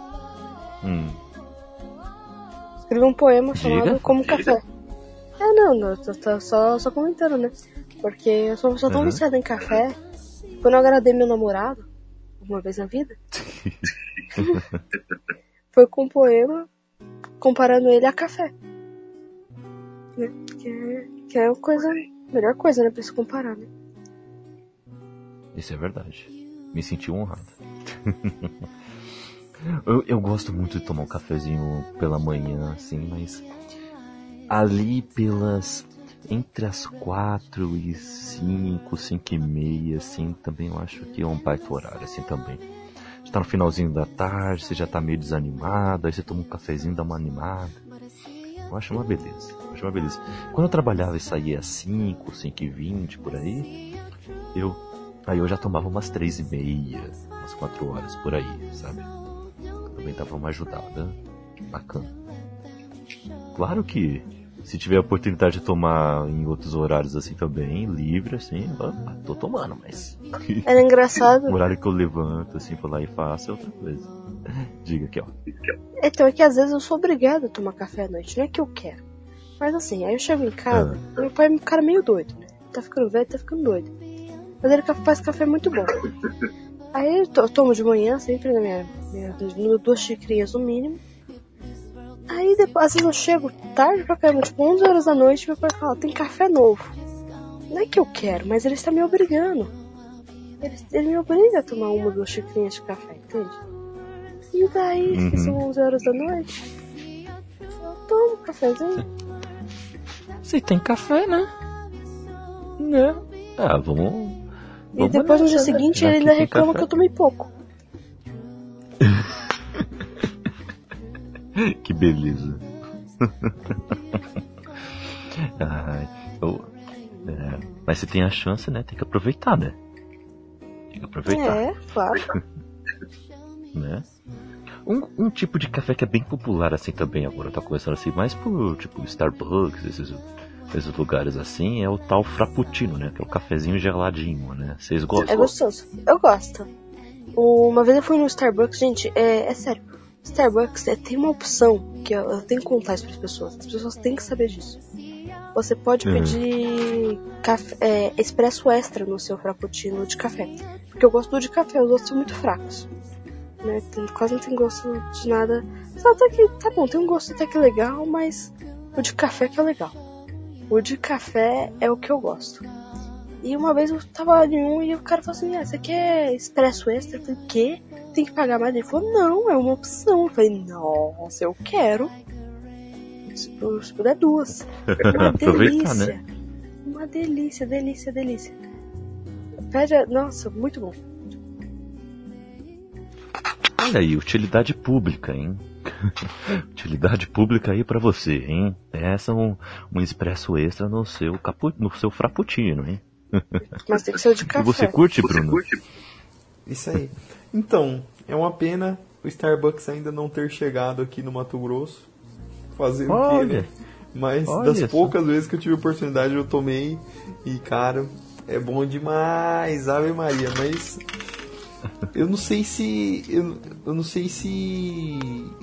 Escrevi um poema chamado Como Café. Não, eu tô só comentando, né? Porque eu sou uma pessoa tão viciada em café. Quando eu agradei meu namorado, uma vez na vida, foi com um poema comparando ele a café. Né? Que é a melhor coisa, né? Pra se comparar, né? Isso é verdade. Me senti honrado. Eu gosto muito de tomar um cafezinho pela manhã, assim, mas ali entre as 4 e 5, 5 e meia, assim, também eu acho que é um baita horário, assim, também. Você tá no finalzinho da tarde, você já tá meio desanimado, aí você toma um cafezinho, dá uma animada. Eu acho uma beleza. Quando eu trabalhava e saía às 5, 5 e 20, por aí, eu já tomava umas 3 e meia, umas 4 horas por aí, sabe? Também dava uma ajudada bacana. Claro que se tiver a oportunidade de tomar em outros horários assim também, livre, assim, tô tomando, mas... Era engraçado. O horário que eu levanto, assim, por lá e faço é outra coisa. Diga aqui, ó. Então, é que às vezes eu sou obrigada a tomar café à noite, não é que eu quero. Mas assim, aí eu chego em casa, meu pai é um cara meio doido, né? Tá ficando velho, tá ficando doido. Mas ele faz café muito bom. Aí eu tomo de manhã, sempre na minha 2 xicrinhas no mínimo. Aí depois, às vezes eu chego tarde pra caramba, tipo 11 horas da noite, e meu pai fala, tem café novo. Não é que eu quero, mas ele está me obrigando. Ele me obriga a tomar 1 ou 2 xicrinhas de café, entende? E daí, se são 11 horas da noite, eu tomo um cafezinho. Se tem café, né? Né? Ah, vamos... E depois no dia seguinte ele ainda reclama que eu tomei pouco. Que beleza. Mas você tem a chance, né? Tem que aproveitar, né? Tem que aproveitar. É, claro. Né? Um tipo de café que é bem popular assim também agora, tá começando assim, mais por tipo Starbucks, esses lugares assim, é o tal frappuccino, né? Que é o cafezinho geladinho, né? Vocês gostam? É gostoso. Eu gosto. Uma vez eu fui no Starbucks, gente, é sério. Starbucks tem uma opção que eu tenho que contar isso para as pessoas têm que saber disso. Você pode pedir expresso extra no seu frappuccino de café, porque eu gosto do de café, os outros são muito fracos, né? Quase não tem gosto de nada. Só até que tá bom, tem um gosto até que legal, mas o de café que é legal. O de café é o que eu gosto. E uma vez eu tava em um e o cara falou assim, você quer expresso extra? Eu falei, o quê? Tem que pagar mais? Ele falou, não, é uma opção. Eu falei, nossa, eu quero. Se puder 2. Uma delícia. Né? Uma delícia. Nossa, muito bom. Olha aí, utilidade pública, hein? Utilidade pública aí pra você, hein? Essa é um expresso extra no seu frappuccino, hein? Mas tem que ser o de café. E você curte, Bruno? Isso aí. Então, é uma pena o Starbucks ainda não ter chegado aqui no Mato Grosso. Fazer o quê, né? Mas das poucas vezes que eu tive a oportunidade eu tomei. E, cara, é bom demais, Ave Maria. Mas eu não sei se... Eu não sei se...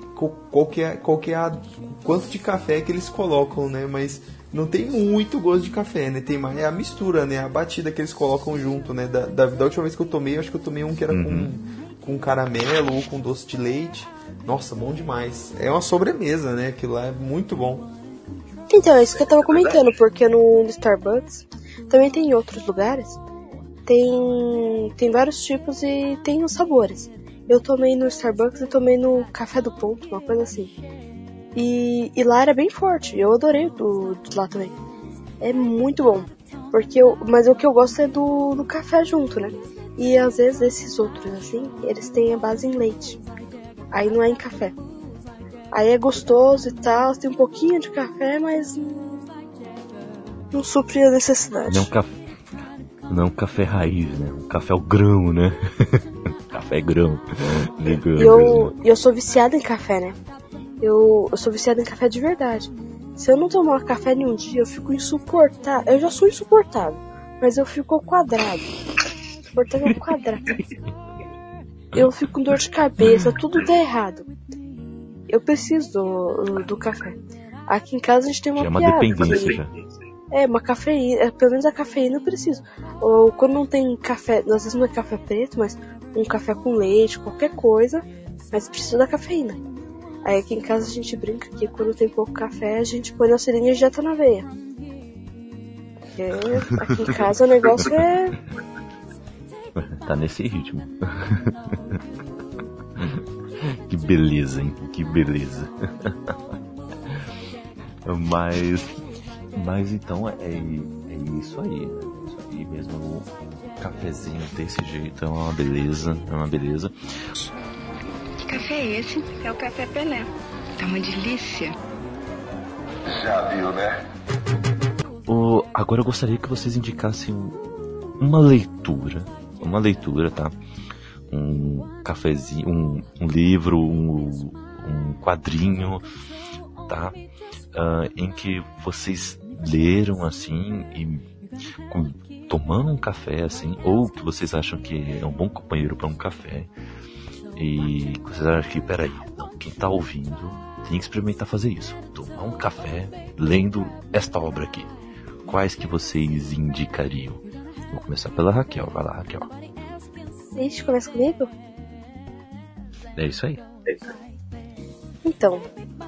quanto de café que eles colocam, né? Mas não tem muito gosto de café, né? Tem mais a mistura, né? A batida que eles colocam junto, né? Da última vez que eu tomei, eu acho que eu tomei um que era com caramelo ou com doce de leite. Nossa, bom demais. É uma sobremesa, né? Aquilo lá é muito bom. Então, é isso que eu tava comentando, porque no Starbucks também tem em outros lugares. Tem vários tipos e tem os sabores. Eu tomei no Starbucks e tomei no Café do Ponto, uma coisa assim. E lá era bem forte. Eu adorei o de lá também. É muito bom. Mas o que eu gosto é do café junto, né? E às vezes esses outros, assim, eles têm a base em leite. Aí não é em café. Aí é gostoso e tal, tem um pouquinho de café, mas não supre a necessidade. Não é um café raiz, né? Um café ao grão, né? Café grão. Eu sou viciada em café, né? Eu sou viciada em café de verdade. Se eu não tomar café nenhum dia, eu fico insuportável. Eu já sou insuportável, mas eu fico quadrado. Insuportável quadrado. Eu fico com dor de cabeça, tudo tá errado. Eu preciso do café. Aqui em casa a gente tem uma piada. É uma dependência já. Uma cafeína, pelo menos a cafeína eu preciso. Ou quando não tem café, às vezes não é café preto, mas um café com leite, qualquer coisa, mas precisa da cafeína. Aí aqui em casa a gente brinca que quando tem pouco café a gente põe na seringa e injeta na veia. Porque aqui em casa o negócio é... Tá nesse ritmo. Que beleza, hein? Que beleza. Mas então é isso aí, né? Isso aí mesmo, um cafezinho desse jeito é uma beleza, Que café é esse? É o Café Pelé. Tá uma delícia. Já viu, né? Agora eu gostaria que vocês indicassem uma leitura, tá? Um cafezinho, um livro, um quadrinho, tá? Em que vocês leram assim e tomando um café assim, ou que vocês acham que é um bom companheiro para um café e vocês acham que, peraí, não, quem tá ouvindo tem que experimentar fazer isso, tomar um café lendo esta obra aqui. Quais que vocês indicariam? Vou começar pela Raquel. Vai lá, Raquel. Ixi, começa comigo? É isso aí. Então,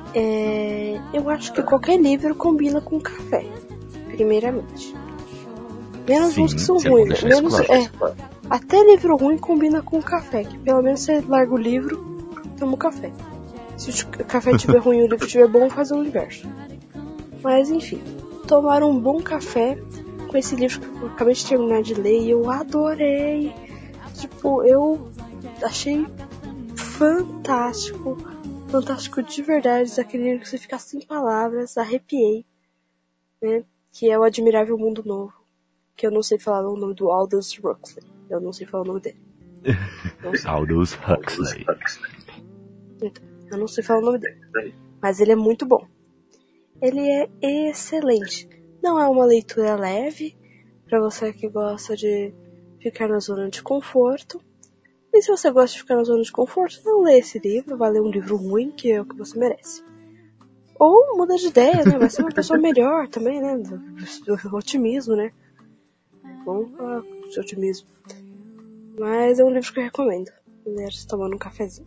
Eu acho que qualquer livro combina com café, primeiramente. Menos Sim, uns que são é bom ruins. deixar isso claro. Até livro ruim combina com café, que pelo menos você larga o livro, toma um café. Se o café estiver ruim e o livro estiver bom, faz o inverso. Mas enfim, tomar um bom café com esse livro que eu acabei de terminar de ler e eu adorei. Tipo, eu achei fantástico. Fantástico de verdade. Aquele livro que você fica sem palavras, arrepiei. Né? Que é O Admirável Mundo Novo. Que eu não sei falar o nome do Aldous Huxley. Eu não sei falar o nome dele. Aldous Huxley. Então, eu não sei falar o nome dele. Mas ele é muito bom. Ele é excelente. Não é uma leitura leve, pra você que gosta de ficar na zona de conforto. E se você gosta de ficar na zona de conforto, não lê esse livro, vai ler um livro ruim, que é o que você merece. Ou muda de ideia, né? Vai ser uma pessoa melhor também, né? Do otimismo, né? Vamos falar de otimismo. Mas é um livro que eu recomendo. Ler tomando um cafezinho.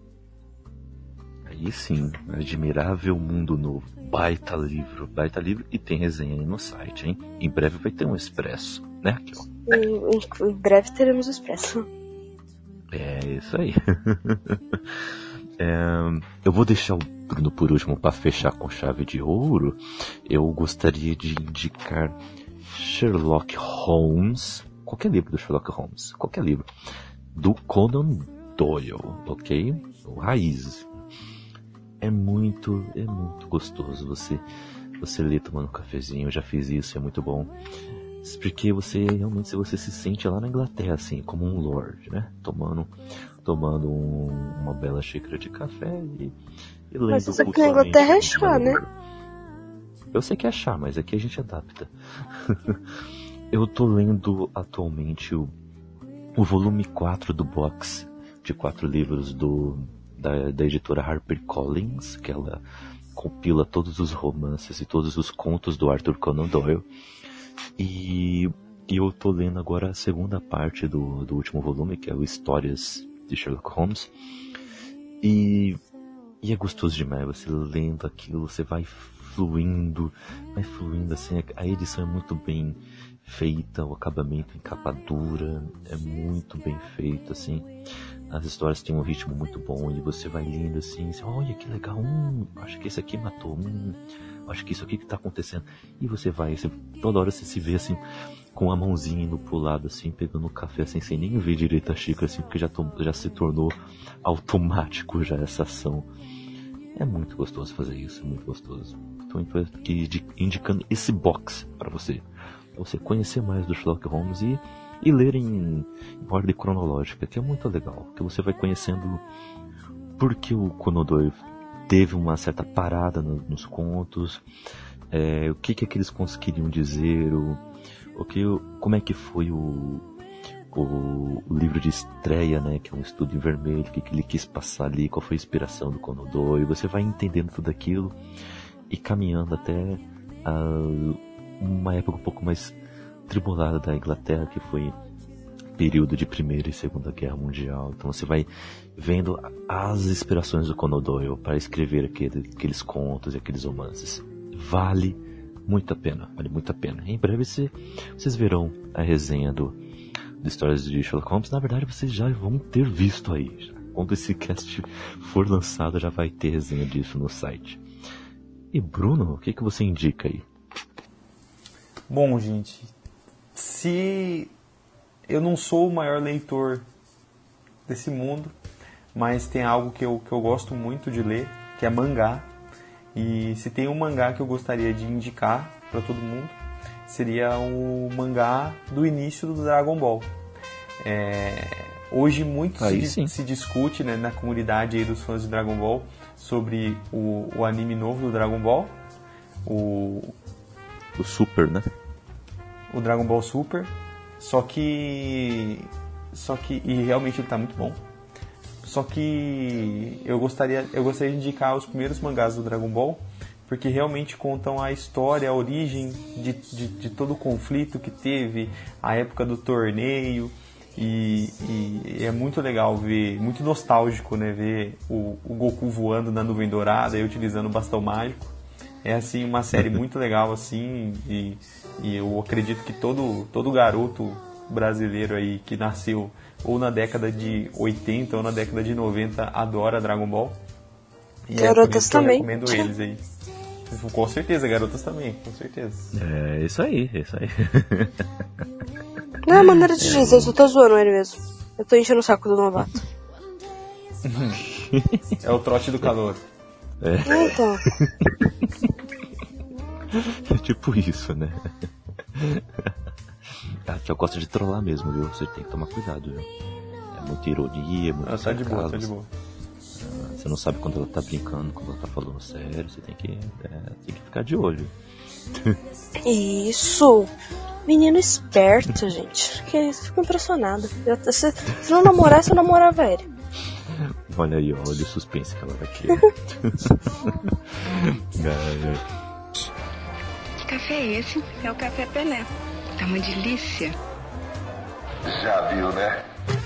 Aí sim, Admirável Mundo Novo. Baita livro e tem resenha aí no site, hein? Em breve vai ter um expresso, né, Raquel? Em breve teremos o expresso. É isso aí. Eu vou deixar o Bruno por último para fechar com chave de ouro. Eu gostaria de indicar Sherlock Holmes, qualquer livro do Sherlock Holmes, qualquer livro, do Conan Doyle, ok? O Raiz. É muito gostoso você ler tomando um cafezinho. Eu já fiz isso, é muito bom. Porque você se sente lá na Inglaterra, assim, como um lord, né? Tomando uma bela xícara de café e lendo. Mas isso aqui na Inglaterra é chá, né? Eu sei que é chá, mas aqui a gente adapta. Eu tô lendo atualmente o volume 4 do box de 4 livros da editora HarperCollins, que ela compila todos os romances e todos os contos do Arthur Conan Doyle. E eu tô lendo agora a segunda parte do último volume, que é o Histórias de Sherlock Holmes. E é gostoso demais, você lendo aquilo, você vai fluindo assim, a edição é muito bem feita, o acabamento em capa dura é muito bem feito, assim. As histórias têm um ritmo muito bom e você vai lendo assim, olha que legal, acho que esse aqui matou, acho que isso aqui que tá acontecendo. E toda hora você se vê assim, com a mãozinha indo pro lado assim, pegando o café assim, sem nem ver direito a xícara assim, porque já se tornou automático já essa ação. É muito gostoso fazer isso, é muito gostoso. Então eu tô aqui indicando esse box pra você conhecer mais do Sherlock Holmes e ler em ordem cronológica, que é muito legal, que você vai conhecendo porque o Conan Doyle teve uma certa parada nos contos, o que eles queriam dizer, como é que foi o livro de estreia, né, que é um estudo em vermelho, o que ele quis passar ali, qual foi a inspiração do Conan Doyle. Você vai entendendo tudo aquilo e caminhando até uma época um pouco mais tribulada da Inglaterra, que foi período de Primeira e Segunda Guerra Mundial. Então você vai vendo as inspirações do Conan Doyle para escrever aqueles contos e aqueles romances. Vale muito a pena. Em breve vocês verão a resenha do Histórias de Sherlock Holmes. Na verdade, vocês já vão ter visto aí. Quando esse cast for lançado, já vai ter resenha disso no site. E Bruno, o que você indica aí? Bom, gente, se eu não sou o maior leitor desse mundo, mas tem algo que eu gosto muito de ler, que é mangá. E se tem um mangá que eu gostaria de indicar para todo mundo, seria o mangá do início do Dragon Ball. Hoje muito se discute, né, na comunidade aí dos fãs de Dragon Ball sobre o anime novo do Dragon Ball, o Super, né? O Dragon Ball Super. Só que e realmente ele tá muito bom. Só que eu gostaria de indicar os primeiros mangás do Dragon Ball, porque realmente contam a história, a origem de todo o conflito que teve, a época do torneio E é muito legal ver, muito nostálgico, né, ver o Goku voando na nuvem dourada e utilizando o bastão mágico. É assim uma série muito legal assim, e eu acredito que todo garoto brasileiro aí que nasceu ou na década de 80 ou na década de 90 adora Dragon Ball. E garotas eu também. recomendo eles aí. Com certeza, garotas também, com certeza. É isso aí, é isso aí. Não é maneira de dizer, eu só tô zoando ele mesmo. Eu tô enchendo o saco do novato. É o trote do calor. Então. É tipo isso, né? Eu gosto de trollar mesmo, viu? Você tem que tomar cuidado, viu? É muita ironia, muito Tá de boa, sarcasmo. tá de boa. Você não sabe quando ela tá brincando, quando ela tá falando sério. Você tem que ficar de olho. Isso. Menino esperto, gente. Que fico impressionado. Se não namorasse, eu namorava ele. Olha aí, olha o suspense que ela vai querer. Que café é esse? É o Café Pelé. Tá uma delícia. Já viu, né?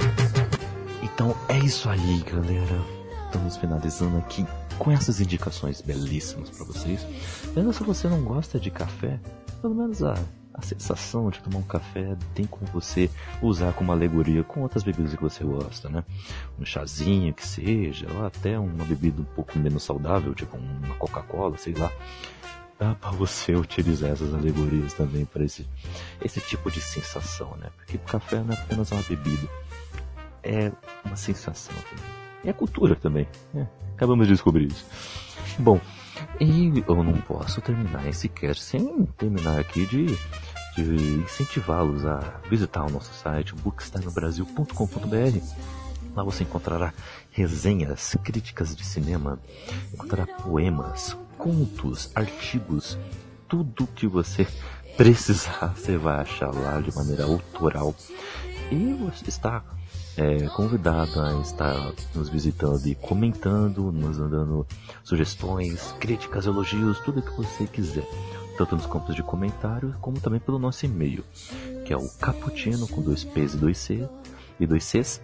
Então é isso aí, galera. Estamos finalizando aqui com essas indicações belíssimas para vocês. Mesmo se você não gosta de café, pelo menos a sensação de tomar um café tem como você usar como alegoria com outras bebidas que você gosta, né? Um chazinho que seja, ou até uma bebida um pouco menos saudável, tipo uma Coca-Cola, sei lá. Dá para você utilizar essas alegorias também para esse tipo de sensação, né? Porque o café não é apenas uma bebida, é uma sensação também. E a cultura também, né? Acabamos de descobrir isso. Bom, e eu não posso terminar esse cast sem terminar aqui de incentivá-los a visitar o nosso site, bookstinobrasil.com.br. Lá você encontrará resenhas, críticas de cinema, encontrará poemas, contos, artigos, tudo que você precisar você vai achar lá de maneira autoral. E você está convidado a estar nos visitando e comentando, nos dando sugestões, críticas, elogios, tudo que você quiser, tanto nos campos de comentário como também pelo nosso e-mail, que é o cappuccino com 2 P's e 2 C e 2 C's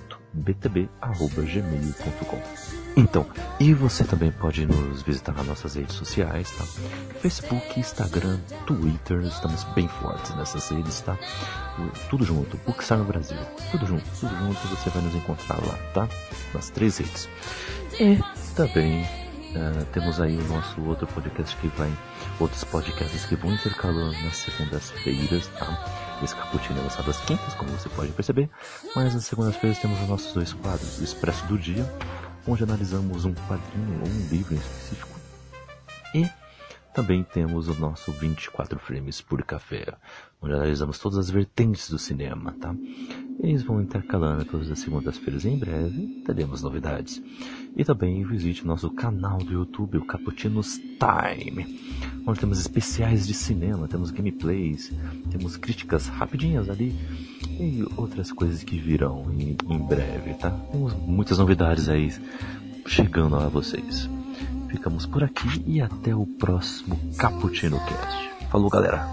.btb@gmail.com. Então, e você também pode nos visitar nas nossas redes sociais, tá? Facebook, Instagram, Twitter, estamos bem fortes nessas redes, tá? Tudo junto, Bookstar no Brasil, tudo junto, você vai nos encontrar lá, tá? Nas 3 redes. E também temos aí o nosso outro podcast outros podcasts que vão intercalando nas segundas-feiras, tá? Esse cappuccino é lançado às quintas, como você pode perceber, mas nas segundas-feiras temos os nossos 2 quadros, o Expresso do Dia, onde analisamos um quadrinho ou um livro em específico, e também temos o nosso 24 frames por café, onde analisamos todas as vertentes do cinema, tá? Eles vão intercalando todas as segundas-feiras. Em breve teremos novidades. E também visite o nosso canal do YouTube, o Cappuccinos Time, onde temos especiais de cinema, temos gameplays, temos críticas rapidinhas ali e outras coisas que virão em breve, tá? Temos muitas novidades aí chegando a vocês. Ficamos por aqui e até o próximo Cappuccino Cast. Falou, galera!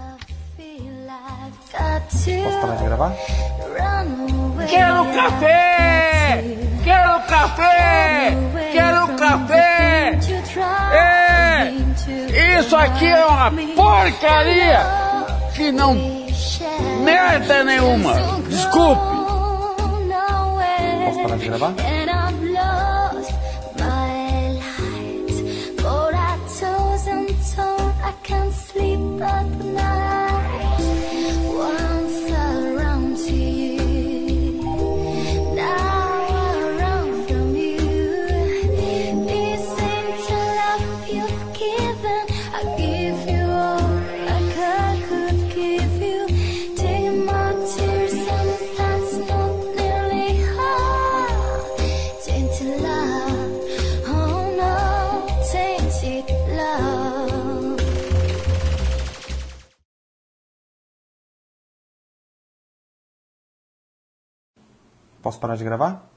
Posso parar de gravar? Quero café! Quero café! Quero café! Isso aqui é uma porcaria que não merda nenhuma. Desculpe. Posso parar de gravar? Posso parar de gravar?